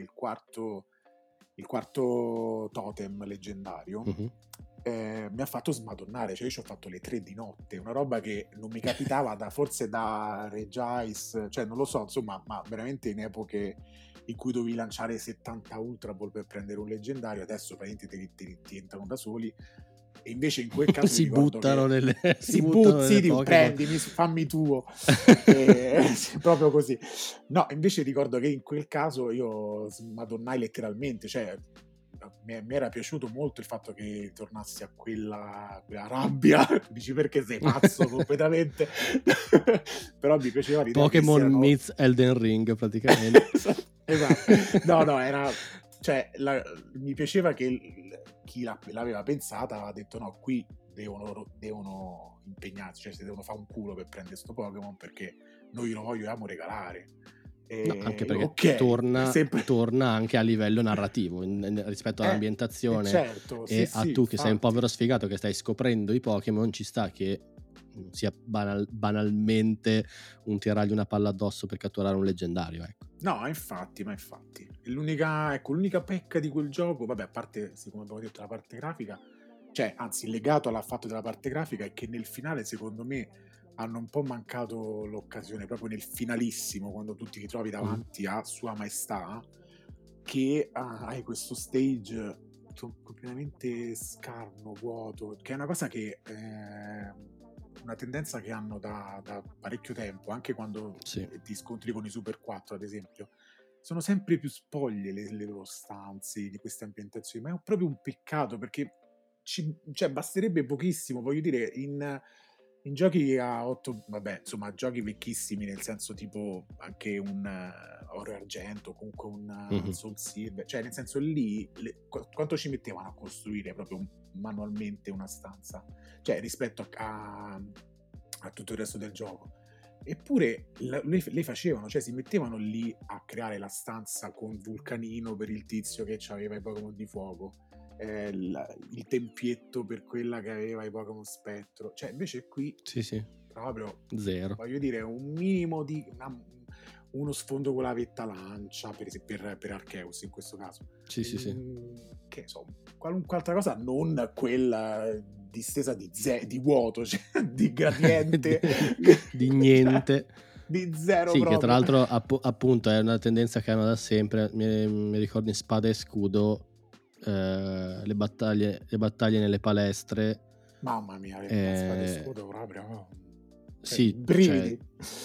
[SPEAKER 2] il quarto totem leggendario.
[SPEAKER 1] Mhm.
[SPEAKER 2] Mi ha fatto smadonnare, cioè io ci ho fatto le 3 di notte, una roba che non mi capitava forse da Regice, cioè non lo so, insomma, ma veramente in epoche in cui dovevi lanciare 70 Ultra Ball per prendere un leggendario, adesso praticamente ti entrano da soli, e invece in quel caso mi
[SPEAKER 1] Si
[SPEAKER 2] ricordo
[SPEAKER 1] buttano
[SPEAKER 2] che
[SPEAKER 1] si buttano nelle Pokémon.
[SPEAKER 2] prendimi, fammi tuo, proprio così. No, invece ricordo che in quel caso io smadonnai letteralmente, cioè mi era piaciuto molto il fatto che tornassi a quella rabbia, dici perché sei pazzo completamente, però mi piaceva l'idea che
[SPEAKER 1] Pokémon
[SPEAKER 2] siano.
[SPEAKER 1] meets Elden Ring praticamente.
[SPEAKER 2] Esatto, no, era, cioè mi piaceva che chi l'aveva pensata ha detto no, qui devono impegnarsi, cioè si devono fare un culo per prendere sto Pokémon perché noi lo vogliamo regalare.
[SPEAKER 1] No, anche perché
[SPEAKER 2] Ok,
[SPEAKER 1] torna
[SPEAKER 2] sempre.
[SPEAKER 1] anche a livello narrativo rispetto all'ambientazione,
[SPEAKER 2] Certo, sì,
[SPEAKER 1] e a
[SPEAKER 2] sì,
[SPEAKER 1] tu che sei un
[SPEAKER 2] infatti.
[SPEAKER 1] povero sfigato che stai scoprendo i Pokémon, ci sta che non sia banalmente un tirargli una palla addosso per catturare un leggendario, ecco.
[SPEAKER 2] No, ma infatti. L'unica pecca di quel gioco, vabbè, a parte, come abbiamo detto, la parte grafica, cioè, anzi, legato al fatto della parte grafica, è che nel finale, secondo me, hanno un po' mancato l'occasione, proprio nel finalissimo, quando tu ti ritrovi
[SPEAKER 1] Mhm.
[SPEAKER 2] davanti a Sua Maestà, che hai questo stage completamente scarno, vuoto, che è una cosa che una tendenza che hanno da parecchio tempo, anche quando ti scontri con i Super 4 ad esempio, sono sempre più spoglie le loro stanze di queste ambientazioni, ma è proprio un peccato, perché cioè basterebbe pochissimo, voglio dire, in giochi a 8, vabbè, insomma, giochi vecchissimi, nel senso tipo anche un Oro e Argento, comunque un Soul Silver, cioè nel senso lì quanto ci mettevano a costruire proprio manualmente una stanza, cioè rispetto a tutto il resto del gioco. Eppure le facevano, cioè si mettevano lì a creare la stanza con il vulcanino per il tizio che aveva i Pokémon di fuoco, il tempietto per quella che aveva i Pokémon spettro, cioè invece qui proprio
[SPEAKER 1] zero,
[SPEAKER 2] voglio dire, un minimo di uno sfondo con la vetta lancia per Arceus in questo caso, che insomma qualunque altra cosa, non quella distesa di vuoto, cioè di gradiente
[SPEAKER 1] di niente,
[SPEAKER 2] di zero
[SPEAKER 1] sì,
[SPEAKER 2] proprio.
[SPEAKER 1] che tra l'altro appunto è una tendenza che hanno da sempre. Mi ricordo in Spada e Scudo le battaglie nelle palestre,
[SPEAKER 2] mamma mia, Spada e Scudo proprio
[SPEAKER 1] sì,
[SPEAKER 2] brividi,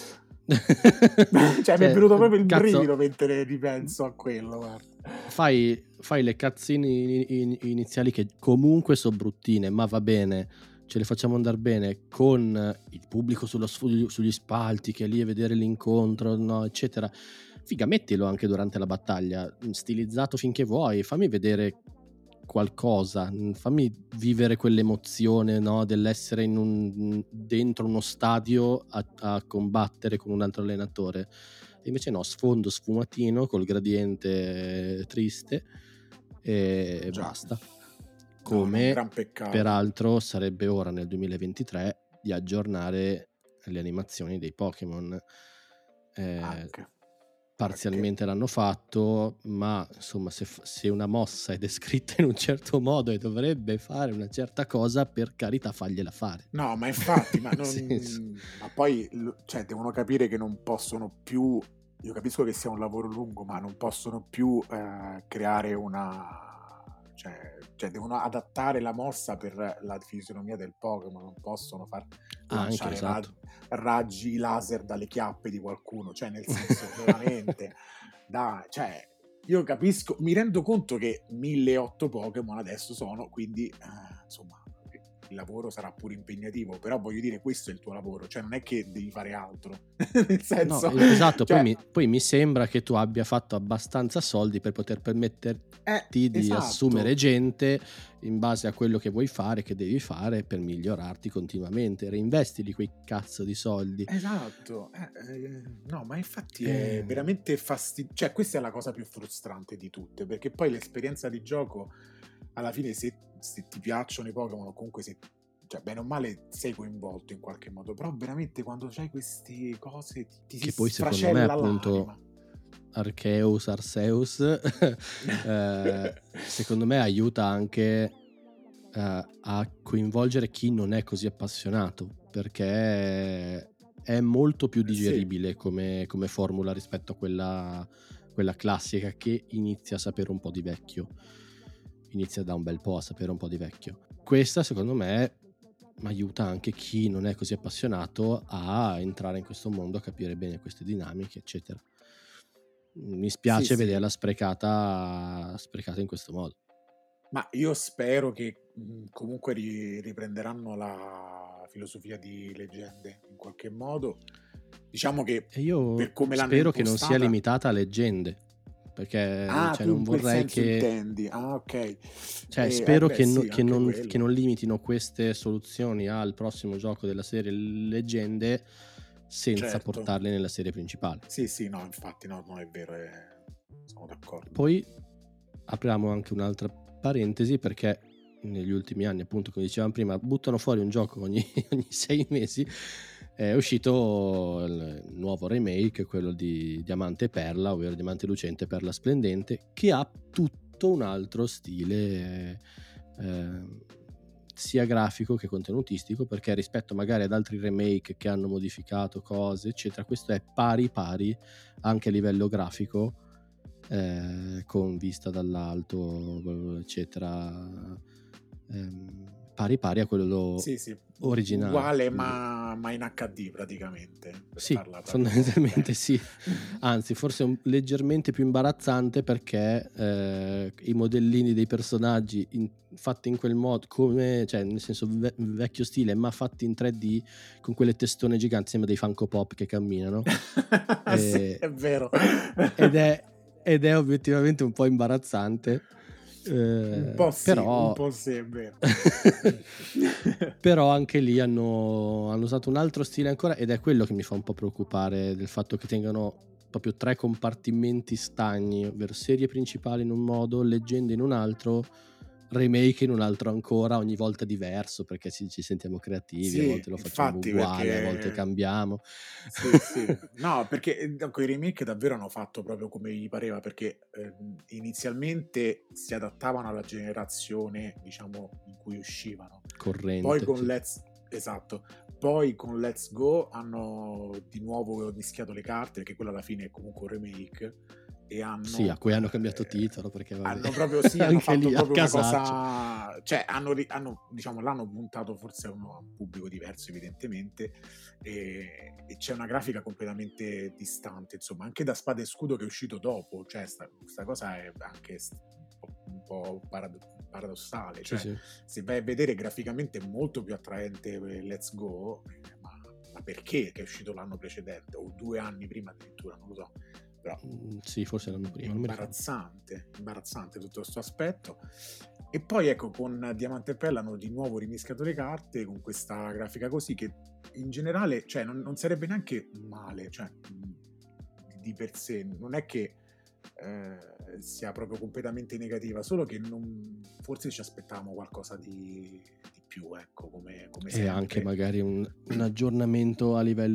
[SPEAKER 2] cioè mi è venuto proprio il brivido mentre ripenso a quello, guarda.
[SPEAKER 1] Fai le cutscene iniziali che comunque sono bruttine, ma va bene, ce le facciamo andare bene, con il pubblico sugli spalti che è lì a vedere l'incontro, no, eccetera. Figa, mettilo anche durante la battaglia, stilizzato finché vuoi, fammi vedere qualcosa, fammi vivere quell'emozione, no, dell'essere dentro uno stadio a combattere con un altro allenatore. E invece no, sfondo sfumatino col gradiente triste e basta. Come
[SPEAKER 2] un gran peccato.
[SPEAKER 1] Peraltro sarebbe ora nel 2023 di aggiornare le animazioni dei Pokémon. Parzialmente l'hanno fatto, ma insomma se una mossa è descritta in un certo modo e dovrebbe fare una certa cosa, per carità fagliela fare.
[SPEAKER 2] No, ma infatti, ma poi cioè, devono capire che non possono più, io capisco che sia un lavoro lungo, ma non possono più creare cioè devono adattare la mossa per la fisionomia del Pokémon, non possono far lanciare raggi laser dalle chiappe di qualcuno, cioè nel senso veramente, dai, cioè io capisco, mi rendo conto che 1008 Pokémon adesso sono, quindi insomma il lavoro sarà pure impegnativo, però voglio dire, questo è il tuo lavoro, cioè non è che devi fare altro. Nel senso,
[SPEAKER 1] no, esatto, cioè, poi mi sembra che tu abbia fatto abbastanza soldi per poter permetterti di assumere gente in base a quello che vuoi fare, che devi fare per migliorarti continuamente, reinvestili quei cazzo di soldi.
[SPEAKER 2] Esatto, no, ma infatti è veramente fastidioso, cioè questa è la cosa più frustrante di tutte, perché poi l'esperienza di gioco alla fine, se ti piacciono i Pokémon, o comunque cioè bene o male sei coinvolto in qualche modo, però veramente quando c'hai queste cose ti
[SPEAKER 1] che
[SPEAKER 2] si
[SPEAKER 1] poi secondo me appunto
[SPEAKER 2] l'anima.
[SPEAKER 1] Arceus secondo me aiuta anche a coinvolgere chi non è così appassionato, perché è molto più digeribile come formula rispetto a quella classica che inizia a sapere un po' di vecchio, inizia da un bel po' a sapere un po' di vecchio. Questa secondo me aiuta anche chi non è così appassionato a entrare in questo mondo, a capire bene queste dinamiche, eccetera. Mi spiace vederla sprecata in questo modo.
[SPEAKER 2] Ma io spero che comunque riprenderanno la filosofia di Leggende in qualche modo. Diciamo che
[SPEAKER 1] io
[SPEAKER 2] per come l'hanno
[SPEAKER 1] spero
[SPEAKER 2] impostata,
[SPEAKER 1] che non sia limitata a Leggende, perché
[SPEAKER 2] tu
[SPEAKER 1] non
[SPEAKER 2] in quel
[SPEAKER 1] vorrei
[SPEAKER 2] senso
[SPEAKER 1] che
[SPEAKER 2] intendi. Ok.
[SPEAKER 1] Cioè spero che non limitino queste soluzioni al prossimo gioco della serie Leggende senza portarle nella serie principale.
[SPEAKER 2] Sì, no, infatti no, è vero, sono d'accordo.
[SPEAKER 1] Poi apriamo anche un'altra parentesi, perché negli ultimi anni, appunto, come dicevamo prima, buttano fuori un gioco ogni 6 mesi. È uscito il nuovo remake, quello di Diamante e Perla, ovvero Diamante Lucente e Perla Splendente, che ha tutto un altro stile sia grafico che contenutistico, perché rispetto magari ad altri remake che hanno modificato cose eccetera, questo è pari anche a livello grafico, con vista dall'alto, eccetera, pari pari a quello
[SPEAKER 2] Sì, sì,
[SPEAKER 1] originale.
[SPEAKER 2] uguale
[SPEAKER 1] Quindi
[SPEAKER 2] ma in HD praticamente, per
[SPEAKER 1] sì,
[SPEAKER 2] farla proprio
[SPEAKER 1] fondamentalmente
[SPEAKER 2] bene.
[SPEAKER 1] sì. Anzi, forse leggermente più imbarazzante perché i modellini dei personaggi fatti in quel modo, come, cioè, nel senso vecchio stile, ma fatti in 3D con quelle testone giganti, sembra dei Funko Pop che camminano.
[SPEAKER 2] Sì,
[SPEAKER 1] E-
[SPEAKER 2] è vero.
[SPEAKER 1] ed è, ed è obiettivamente un po' imbarazzante.
[SPEAKER 2] Un
[SPEAKER 1] Però
[SPEAKER 2] po' sì, è vero.
[SPEAKER 1] però anche lì hanno usato un altro stile ancora, ed è quello che mi fa un po' preoccupare, del fatto che tengano proprio 3 compartimenti stagni, ovvero serie principali in un modo, leggende in un altro, remake in un altro ancora, ogni volta diverso, perché ci sentiamo creativi, a
[SPEAKER 2] Sì,
[SPEAKER 1] volte lo facciamo
[SPEAKER 2] infatti,
[SPEAKER 1] uguale, a volte
[SPEAKER 2] perché
[SPEAKER 1] cambiamo.
[SPEAKER 2] sì, sì. No, perché con i remake davvero hanno fatto proprio come gli pareva, perché inizialmente si adattavano alla generazione, diciamo, in cui uscivano. Poi
[SPEAKER 1] Corrente,
[SPEAKER 2] con
[SPEAKER 1] sì.
[SPEAKER 2] Esatto. Poi con Let's Go hanno di nuovo mischiato le carte, perché quello alla fine è comunque un remake, e
[SPEAKER 1] Sì, a cui hanno cambiato titolo, perché vabbè,
[SPEAKER 2] hanno proprio, sì, hanno
[SPEAKER 1] anche
[SPEAKER 2] fatto
[SPEAKER 1] lì a
[SPEAKER 2] proprio una
[SPEAKER 1] casaccio.
[SPEAKER 2] cosa, cioè diciamo, l'hanno puntato forse a un pubblico diverso evidentemente, e c'è una grafica completamente distante, insomma, anche da Spada e Scudo che è uscito dopo, cioè sta cosa è anche un po' paradossale,
[SPEAKER 1] Sì,
[SPEAKER 2] cioè
[SPEAKER 1] sì.
[SPEAKER 2] se vai a vedere graficamente è molto più attraente Let's Go, ma perché che è uscito l'anno precedente o 2 anni prima addirittura, non lo so, però
[SPEAKER 1] Sì, forse l'anno prima, non mi ricordo.
[SPEAKER 2] imbarazzante tutto questo aspetto. E poi ecco, con Diamante e Perla hanno di nuovo rimischiato le carte con questa grafica così, che in generale, cioè, non sarebbe neanche male, cioè, di per sé, non è che sia proprio completamente negativa, solo che forse ci aspettavamo qualcosa di più, ecco, come
[SPEAKER 1] E anche
[SPEAKER 2] sempre.
[SPEAKER 1] magari un aggiornamento a livello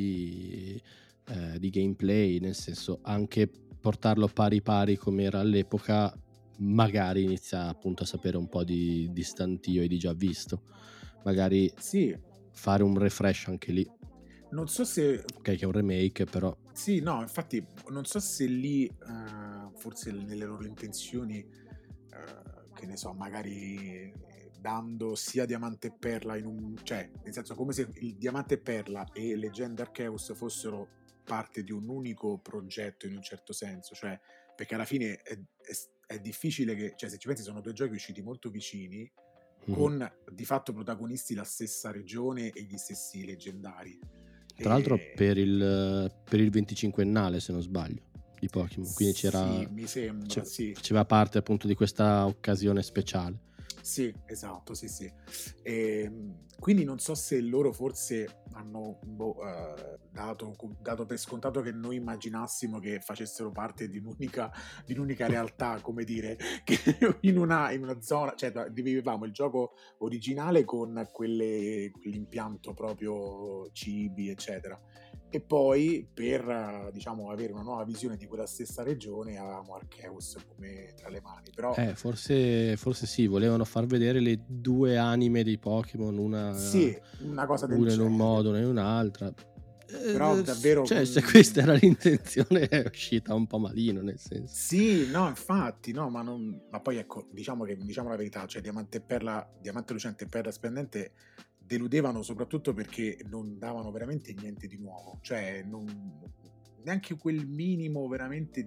[SPEAKER 1] di gameplay, nel senso, anche portarlo pari pari come era all'epoca, magari inizia appunto a sapere un po' di stantio e di già visto. Magari
[SPEAKER 2] Sì,
[SPEAKER 1] fare un refresh anche lì,
[SPEAKER 2] non so se
[SPEAKER 1] ok, che è un remake, però
[SPEAKER 2] sì, no, infatti non so se lì, forse nelle loro intenzioni, che ne so, magari dando sia Diamante e Perla cioè, nel senso, come se il Diamante e Perla e Legend Arceus fossero parte di un unico progetto in un certo senso, cioè, perché alla fine è difficile che, cioè, se ci pensi sono 2 giochi usciti molto vicini, con di fatto protagonisti la stessa regione e gli stessi leggendari.
[SPEAKER 1] tra l'altro
[SPEAKER 2] E
[SPEAKER 1] per il 25ennale, se non sbaglio, di Pokémon, quindi
[SPEAKER 2] sì, mi sembra, sì.
[SPEAKER 1] faceva parte appunto di questa occasione speciale.
[SPEAKER 2] Sì, esatto, sì, sì. Quindi non so se loro forse hanno dato per scontato che noi immaginassimo che facessero parte di un'unica realtà, come dire, che in una zona, cioè vivevamo il gioco originale con quell'impianto proprio cibi, eccetera. E poi per, diciamo, avere una nuova visione di quella stessa regione avevamo Arceus come tra le mani, però
[SPEAKER 1] Forse sì, volevano far vedere le 2 anime dei Pokémon,
[SPEAKER 2] sì, una cosa del
[SPEAKER 1] una in un
[SPEAKER 2] genere,
[SPEAKER 1] modo, una in un'altra.
[SPEAKER 2] però davvero
[SPEAKER 1] Cioè, se questa era l'intenzione, è uscita un po' malino, nel senso.
[SPEAKER 2] sì, no, infatti, no, ma poi ecco, diciamo la verità, cioè Diamante e Perla, Diamante Lucente e Perla Splendente deludevano soprattutto perché non davano veramente niente di nuovo, cioè neanche quel minimo veramente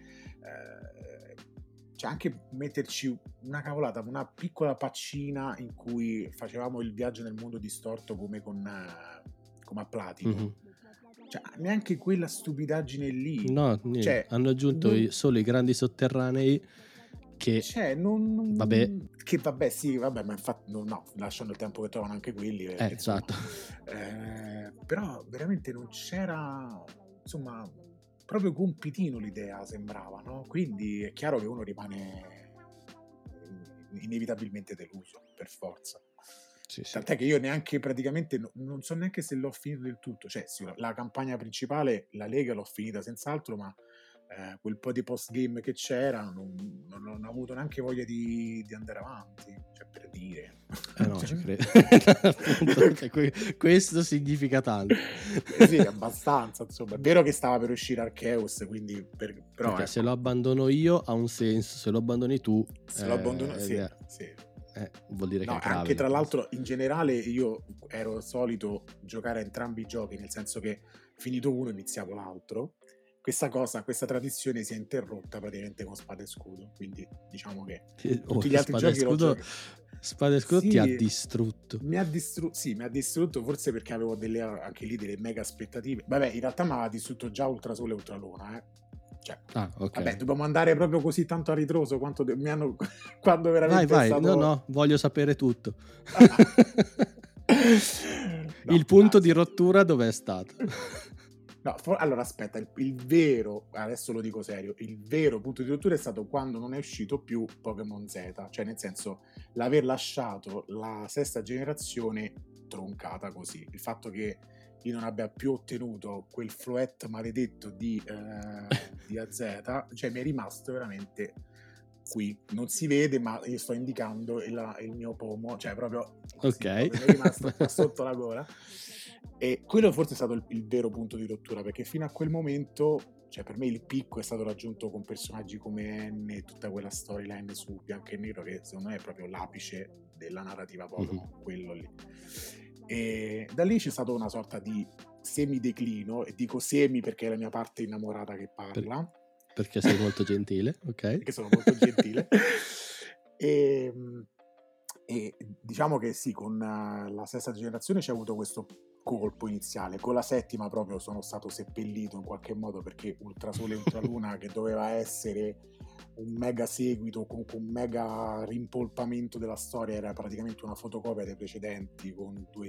[SPEAKER 2] cioè anche metterci una cavolata, una piccola paccina in cui facevamo il viaggio nel mondo distorto come a
[SPEAKER 1] Mhm.
[SPEAKER 2] Platino, cioè neanche quella stupidaggine lì,
[SPEAKER 1] No, niente.
[SPEAKER 2] cioè
[SPEAKER 1] Hanno aggiunto
[SPEAKER 2] non,
[SPEAKER 1] solo i grandi sotterranei che,
[SPEAKER 2] cioè,
[SPEAKER 1] vabbè,
[SPEAKER 2] che vabbè, sì, vabbè, ma infatti, no, lasciando il tempo che trovano anche quelli, perché insomma,
[SPEAKER 1] esatto.
[SPEAKER 2] però veramente non c'era, insomma, proprio compitino l'idea, sembrava, no? Quindi è chiaro che uno rimane inevitabilmente deluso, per forza.
[SPEAKER 1] Sì, sì.
[SPEAKER 2] Tant'è che io neanche praticamente, non so neanche se l'ho finito del tutto, cioè sì, la campagna principale, la Lega l'ho finita senz'altro, ma quel po' di post game che c'era non ho avuto neanche voglia di andare avanti, cioè, per dire.
[SPEAKER 1] No, ci credo. Appunto, cioè, questo significa tanto.
[SPEAKER 2] Sì, abbastanza, insomma. È vero che stava per uscire Arceus, quindi però
[SPEAKER 1] Perché
[SPEAKER 2] ecco,
[SPEAKER 1] se lo abbandono io ha un senso, se lo abbandoni tu
[SPEAKER 2] se lo abbandono, sì,
[SPEAKER 1] vuol dire che
[SPEAKER 2] no,
[SPEAKER 1] è grave.
[SPEAKER 2] anche tra l'altro in generale io ero solito giocare a entrambi i giochi, nel senso che finito uno iniziavo l'altro. Questa tradizione si è interrotta praticamente con Spada e Scudo, quindi diciamo che tutti gli altri giochi l'ho giocato.
[SPEAKER 1] Spada e Scudo ti ha distrutto.
[SPEAKER 2] Mi ha distrutto forse perché avevo anche lì delle mega aspettative. Vabbè, in realtà mi aveva distrutto già Ultrasole e Ultraluna, Cioè,
[SPEAKER 1] ok.
[SPEAKER 2] Vabbè, dobbiamo andare proprio così tanto a ritroso quanto mi hanno quando veramente
[SPEAKER 1] vai.
[SPEAKER 2] è stato...
[SPEAKER 1] No, voglio sapere tutto.
[SPEAKER 2] No,
[SPEAKER 1] il punto
[SPEAKER 2] dai,
[SPEAKER 1] di rottura dov'è stato?
[SPEAKER 2] No, allora aspetta, il vero, adesso lo dico serio, il vero punto di rottura è stato quando non è uscito più Pokémon Z, cioè nel senso l'aver lasciato la sesta generazione troncata così, il fatto che io non abbia più ottenuto quel floet maledetto di AZ, cioè mi è rimasto veramente qui, non si vede ma io sto indicando il mio pomo, cioè proprio così,
[SPEAKER 1] Ok.
[SPEAKER 2] proprio mi è rimasto qua sotto la gola. E quello forse è stato il vero punto di rottura, perché fino a quel momento, cioè per me il picco è stato raggiunto con personaggi come N e tutta quella storyline su Bianco e Nero che secondo me è proprio l'apice della narrativa Pokémon, quello lì. E da lì c'è stato una sorta di semi-declino, e dico semi perché è la mia parte innamorata che parla.
[SPEAKER 1] Perché sei molto gentile, ok?
[SPEAKER 2] Perché sono molto gentile. E diciamo che sì, con la sesta generazione c'è avuto questo colpo iniziale, con la settima proprio sono stato seppellito in qualche modo, perché Ultrasole e Ultraluna che doveva essere un mega seguito, comunque un mega rimpolpamento della storia, era praticamente una fotocopia dei precedenti con due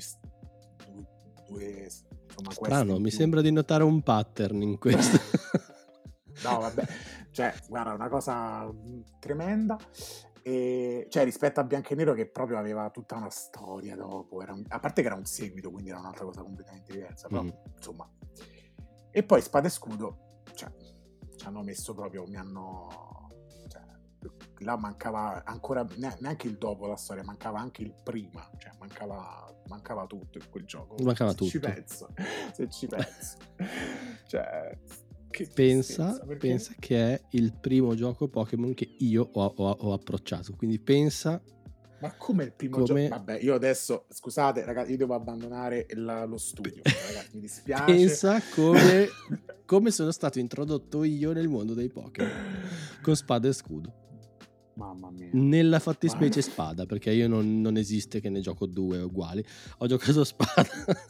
[SPEAKER 2] insomma,
[SPEAKER 1] strano, mi sembra di notare un pattern in questo.
[SPEAKER 2] No, vabbè, cioè, guarda, una cosa tremenda. E, cioè, rispetto a Bianco e Nero, che proprio aveva tutta una storia dopo, a parte che era un seguito, quindi era un'altra cosa completamente diversa, però insomma. E poi Spada e Scudo, cioè, ci hanno messo proprio, cioè, là mancava ancora neanche il dopo la storia, mancava anche il prima, cioè mancava tutto in quel gioco.
[SPEAKER 1] Mancava
[SPEAKER 2] se
[SPEAKER 1] tutto.
[SPEAKER 2] Se ci penso. Cioè,
[SPEAKER 1] pensa che è il primo gioco Pokémon che io ho approcciato, quindi pensa.
[SPEAKER 2] Ma come il primo gioco? Vabbè, io adesso, scusate ragazzi, io devo abbandonare lo studio, ragazzi, mi dispiace.
[SPEAKER 1] Pensa come sono stato introdotto io nel mondo dei Pokémon con Spada e Scudo.
[SPEAKER 2] Mamma mia.
[SPEAKER 1] Nella fattispecie Spada, perché io non esiste che ne gioco due uguali, ho giocato Spada.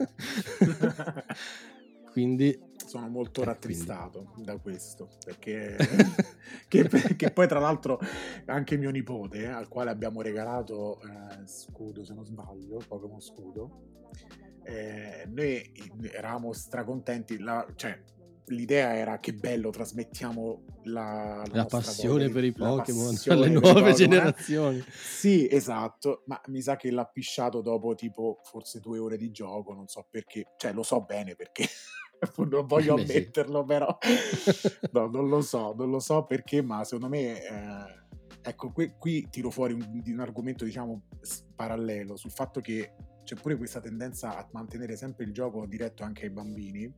[SPEAKER 1] Quindi
[SPEAKER 2] sono molto rattristato da questo, perché che poi tra l'altro anche mio nipote, al quale abbiamo regalato Scudo, se non sbaglio, Pokémon Scudo, noi eravamo stracontenti, cioè l'idea era che bello, trasmettiamo la
[SPEAKER 1] passione per i Pokémon
[SPEAKER 2] alle
[SPEAKER 1] nuove generazioni.
[SPEAKER 2] Sì, esatto, ma mi sa che l'ha pisciato dopo tipo forse 2 ore di gioco, non so perché, cioè lo so bene perché non voglio ammetterlo, sì. Però no, non lo so perché, ma secondo me ecco, qui tiro fuori un argomento diciamo parallelo sul fatto che c'è pure questa tendenza a mantenere sempre il gioco diretto anche ai bambini,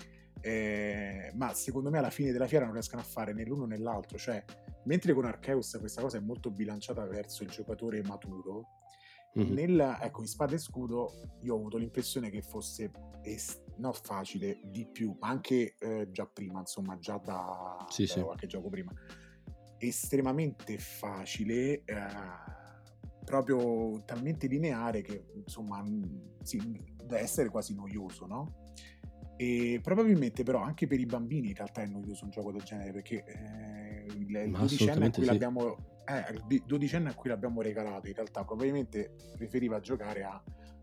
[SPEAKER 2] ma secondo me alla fine della fiera non riescono a fare né l'uno né l'altro, cioè mentre con Arceus questa cosa è molto bilanciata verso il giocatore maturo, ecco, in Spada e Scudo io ho avuto l'impressione che fosse non facile di più, ma anche già prima, insomma, già da qualche gioco prima, estremamente facile, proprio talmente lineare che insomma deve essere quasi noioso, no? E probabilmente però anche per i bambini in realtà è noioso un gioco del genere, perché il 12enne a cui l'abbiamo il 12enne a cui l'abbiamo regalato in realtà probabilmente preferiva giocare a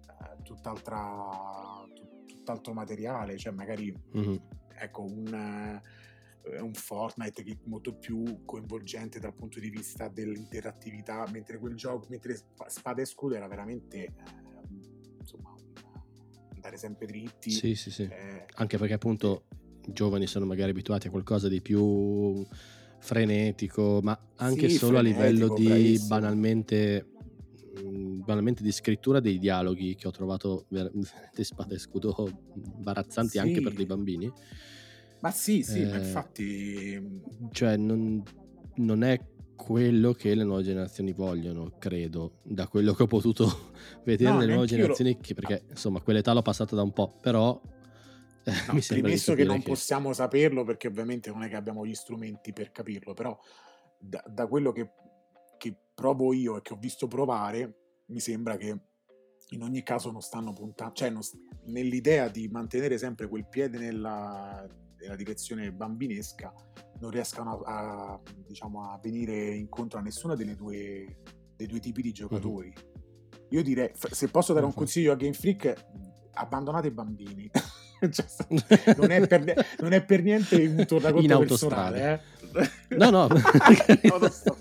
[SPEAKER 2] tutt'altro materiale, cioè magari ecco un Fortnite che è molto più coinvolgente dal punto di vista dell'interattività, mentre Spada e Scudo era veramente insomma andare sempre dritti.
[SPEAKER 1] Sì. Anche perché appunto i giovani sono magari abituati a qualcosa di più frenetico, ma anche
[SPEAKER 2] Sì,
[SPEAKER 1] solo a livello
[SPEAKER 2] frenetico,
[SPEAKER 1] di
[SPEAKER 2] bravissimo.
[SPEAKER 1] banalmente di scrittura dei dialoghi, che ho trovato veramente spada e scudo imbarazzanti anche per dei
[SPEAKER 2] Sì,
[SPEAKER 1] bambini.
[SPEAKER 2] ma sì, ma infatti
[SPEAKER 1] Cioè non è quello che le nuove generazioni vogliono, credo, da quello che ho potuto vedere
[SPEAKER 2] no,
[SPEAKER 1] nelle nuove
[SPEAKER 2] neanch'io
[SPEAKER 1] generazioni, perché insomma quell'età l'ho passata da un po', però
[SPEAKER 2] no,
[SPEAKER 1] mi sembra di
[SPEAKER 2] premesso che
[SPEAKER 1] capire
[SPEAKER 2] non
[SPEAKER 1] che
[SPEAKER 2] possiamo saperlo perché ovviamente non è che abbiamo gli strumenti per capirlo, però da quello che provo io e che ho visto provare, mi sembra che in ogni caso non stanno puntando, cioè nell'idea di mantenere sempre quel piede nella direzione bambinesca, non riescano diciamo, a venire incontro a nessuna dei due tipi di giocatori. Io direi, se posso dare un consiglio a Game Freak, abbandonate i bambini. Cioè, non è per niente un tornaconto
[SPEAKER 1] in autostrada.
[SPEAKER 2] personale,
[SPEAKER 1] No,
[SPEAKER 2] non lo so.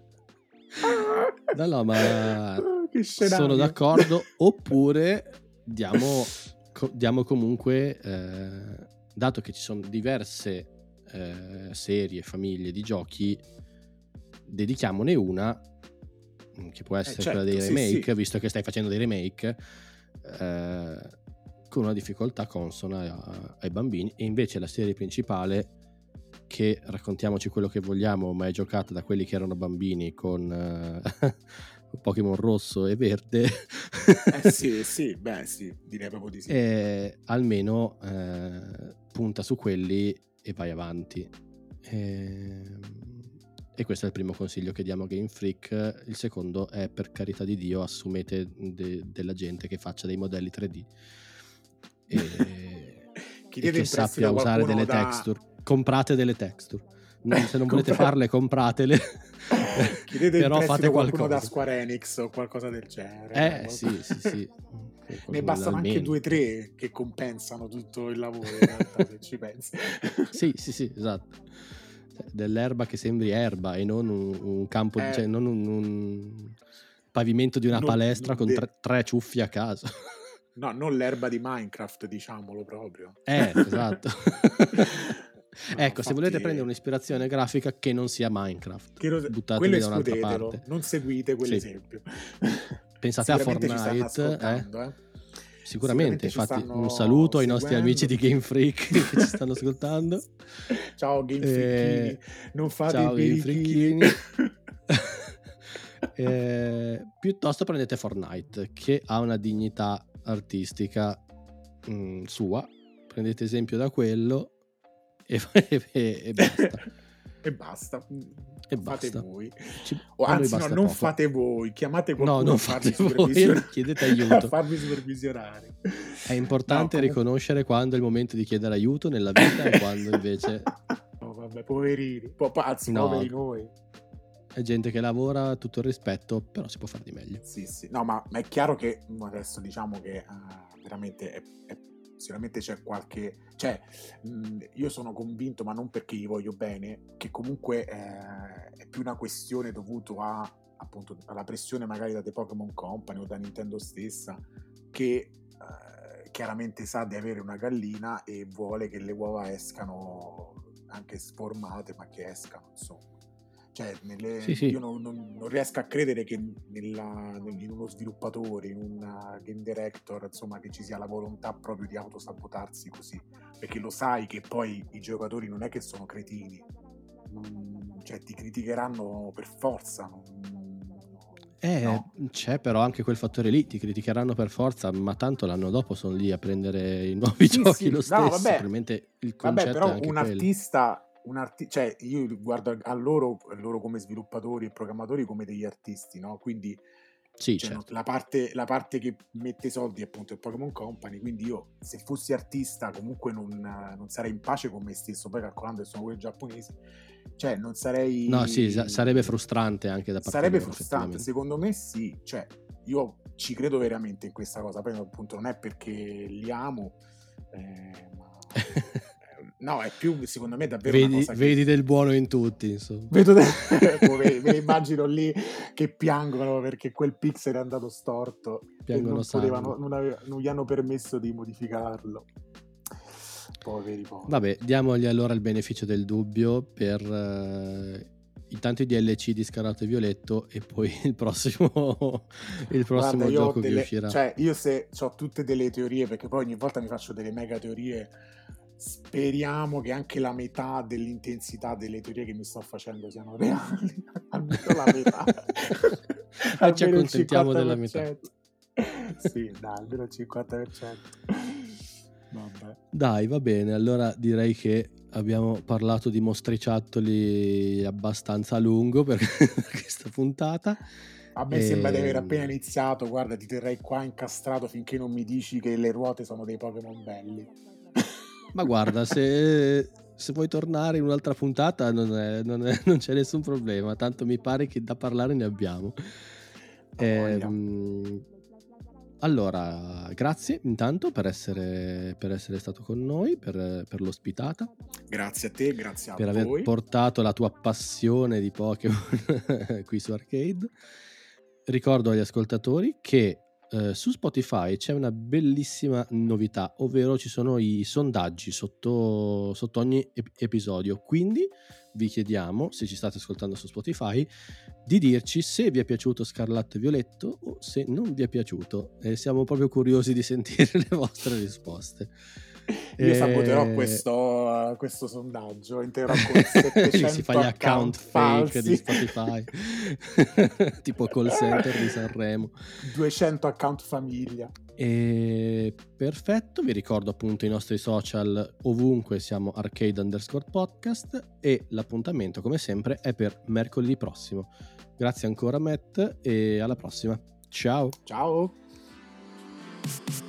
[SPEAKER 1] no, ma
[SPEAKER 2] Che
[SPEAKER 1] sono
[SPEAKER 2] scenario.
[SPEAKER 1] d'accordo. Oppure diamo comunque, dato che ci sono diverse serie, famiglie di giochi, dedichiamone una, che può essere quella dei
[SPEAKER 2] Certo,
[SPEAKER 1] remake,
[SPEAKER 2] sì.
[SPEAKER 1] visto che stai facendo dei remake, con una difficoltà consona ai bambini, e invece la serie principale, che raccontiamoci quello che vogliamo, ma è giocata da quelli che erano bambini con Pokémon rosso e verde.
[SPEAKER 2] Sì, beh sì, direi proprio di sì.
[SPEAKER 1] Almeno punta su quelli e vai avanti. E questo è il primo consiglio che diamo a Game Freak. Il secondo è, per carità di Dio, assumete della gente che faccia dei modelli 3D e
[SPEAKER 2] Chiedete
[SPEAKER 1] che
[SPEAKER 2] in prestito
[SPEAKER 1] sappia
[SPEAKER 2] a
[SPEAKER 1] usare
[SPEAKER 2] qualcuno
[SPEAKER 1] delle texture. Comprate delle texture. Se non volete farle, compratele.
[SPEAKER 2] Chiedete in
[SPEAKER 1] Però fate
[SPEAKER 2] prestito qualcuno da
[SPEAKER 1] qualcosa.
[SPEAKER 2] Square Enix o qualcosa del genere.
[SPEAKER 1] Sì.
[SPEAKER 2] Ne
[SPEAKER 1] Qualcuno
[SPEAKER 2] bastano anche
[SPEAKER 1] almeno.
[SPEAKER 2] 2-3 che compensano tutto il lavoro, in realtà, se ci pensi.
[SPEAKER 1] Sì, esatto. Dell'erba che sembri erba e non un campo, cioè non un pavimento di una palestra con tre ciuffi a caso.
[SPEAKER 2] No, non l'erba di Minecraft, diciamolo proprio.
[SPEAKER 1] Esatto.
[SPEAKER 2] No,
[SPEAKER 1] Ecco, se volete prendere
[SPEAKER 2] infatti,
[SPEAKER 1] un'ispirazione grafica che non sia Minecraft,
[SPEAKER 2] quello
[SPEAKER 1] buttatevi da un'altra
[SPEAKER 2] escludetelo,
[SPEAKER 1] parte.
[SPEAKER 2] non seguite
[SPEAKER 1] Sì.
[SPEAKER 2] quell'esempio.
[SPEAKER 1] Pensate a
[SPEAKER 2] Sicuramente ci stanno
[SPEAKER 1] Fortnite,
[SPEAKER 2] ascoltando,
[SPEAKER 1] Sicuramente,
[SPEAKER 2] ci
[SPEAKER 1] infatti un
[SPEAKER 2] stanno
[SPEAKER 1] saluto ai nostri amici
[SPEAKER 2] seguendo.
[SPEAKER 1] di Game Freak che ci stanno ascoltando.
[SPEAKER 2] Ciao Game Freakini, non fate i
[SPEAKER 1] Ciao Game
[SPEAKER 2] birichini.
[SPEAKER 1] Freakini. Piuttosto prendete Fortnite, che ha una dignità artistica sua. Prendete esempio da quello e basta.
[SPEAKER 2] E basta.
[SPEAKER 1] E
[SPEAKER 2] Fate
[SPEAKER 1] basta.
[SPEAKER 2] voi.
[SPEAKER 1] A noi
[SPEAKER 2] Anzi, no,
[SPEAKER 1] basta
[SPEAKER 2] non
[SPEAKER 1] poco.
[SPEAKER 2] fate voi. Chiamate
[SPEAKER 1] No,
[SPEAKER 2] qualcuno
[SPEAKER 1] non
[SPEAKER 2] a farvi
[SPEAKER 1] fate voi,
[SPEAKER 2] supervisionare.
[SPEAKER 1] chiedete aiuto.
[SPEAKER 2] A farvi supervisionare.
[SPEAKER 1] È importante
[SPEAKER 2] No,
[SPEAKER 1] riconoscere quando è il momento di chiedere aiuto nella vita e quando invece...
[SPEAKER 2] No, vabbè, poverini. Anzi,
[SPEAKER 1] No,
[SPEAKER 2] poveri noi.
[SPEAKER 1] è gente che lavora, tutto il rispetto, però si può fare di meglio.
[SPEAKER 2] Sì. No, ma è chiaro che adesso diciamo che veramente sicuramente c'è qualche... Cioè, io sono convinto, ma non perché gli voglio bene, che comunque è più una questione dovuta appunto alla pressione magari da The Pokémon Company o da Nintendo stessa, che chiaramente sa di avere una gallina e vuole che le uova escano anche sformate, ma che escano, insomma. Cioè,
[SPEAKER 1] Sì.
[SPEAKER 2] io non riesco a credere che in uno sviluppatore, in un game director, insomma, che ci sia la volontà proprio di autosabotarsi così, perché lo sai che poi i giocatori non è che sono cretini, cioè ti criticheranno per forza. No.
[SPEAKER 1] C'è però anche quel fattore lì, ti criticheranno per forza, ma tanto l'anno dopo sono lì a prendere i nuovi giochi lo stesso.
[SPEAKER 2] No, vabbè.
[SPEAKER 1] Probabilmente il concetto
[SPEAKER 2] Però
[SPEAKER 1] è anche
[SPEAKER 2] un artista, cioè io guardo a loro come sviluppatori e programmatori come degli artisti, no? Quindi
[SPEAKER 1] sì,
[SPEAKER 2] cioè,
[SPEAKER 1] certo.
[SPEAKER 2] la parte che mette soldi appunto è Pokémon Company, quindi io se fossi artista comunque non sarei in pace con me stesso, poi calcolando che sono quelli giapponesi, cioè non sarei...
[SPEAKER 1] No, sì, sarebbe frustrante anche da parte
[SPEAKER 2] Sarebbe
[SPEAKER 1] loro,
[SPEAKER 2] frustrante, secondo me sì, cioè io ci credo veramente in questa cosa, poi appunto non è perché li amo, ma no, è più secondo me davvero una cosa che...
[SPEAKER 1] Vedi del buono in tutti, insomma.
[SPEAKER 2] Vedo me le immagino lì che piangono perché quel pixel è andato storto
[SPEAKER 1] Piangono
[SPEAKER 2] e non
[SPEAKER 1] sangue.
[SPEAKER 2] non gli hanno permesso di modificarlo. poveri.
[SPEAKER 1] Vabbè, diamogli allora il beneficio del dubbio per intanto i DLC di Scarlatto e Violetto e poi il prossimo
[SPEAKER 2] Guarda, io ho
[SPEAKER 1] gioco che uscirà.
[SPEAKER 2] cioè io se ho tutte delle teorie, perché poi ogni volta mi faccio delle mega teorie, speriamo che anche la metà dell'intensità delle teorie che mi sto facendo siano reali, almeno la metà.
[SPEAKER 1] E ci
[SPEAKER 2] Almeno il
[SPEAKER 1] accontentiamo della
[SPEAKER 2] 50%.
[SPEAKER 1] metà.
[SPEAKER 2] Sì, dai, almeno il 50%. Vabbè.
[SPEAKER 1] Dai, va bene, allora direi che abbiamo parlato di mostriciattoli abbastanza a lungo per questa puntata.
[SPEAKER 2] A me sembra di aver appena iniziato, guarda, ti terrei qua incastrato finché non mi dici che le ruote sono dei Pokémon belli.
[SPEAKER 1] Ma guarda, se vuoi tornare in un'altra puntata non c'è nessun problema, tanto mi pare che da parlare ne abbiamo. Allora, grazie intanto per essere stato con noi, per l'ospitata.
[SPEAKER 2] Grazie a te, grazie a
[SPEAKER 1] per
[SPEAKER 2] voi.
[SPEAKER 1] aver portato la tua passione di Pokémon qui su Arcade. Ricordo agli ascoltatori che su Spotify c'è una bellissima novità, ovvero ci sono i sondaggi sotto ogni episodio, quindi vi chiediamo, se ci state ascoltando su Spotify, di dirci se vi è piaciuto Scarlatto e Violetto o se non vi è piaciuto, e siamo proprio curiosi di sentire le vostre risposte.
[SPEAKER 2] Io saboterò questo sondaggio, entrerò con 700
[SPEAKER 1] si fa gli account fake
[SPEAKER 2] falsi
[SPEAKER 1] di Spotify tipo call center di Sanremo,
[SPEAKER 2] 200 account famiglia.
[SPEAKER 1] E perfetto, vi ricordo appunto i nostri social, ovunque siamo Arcade_podcast, e l'appuntamento come sempre è per mercoledì prossimo. Grazie ancora Matt e alla prossima, ciao.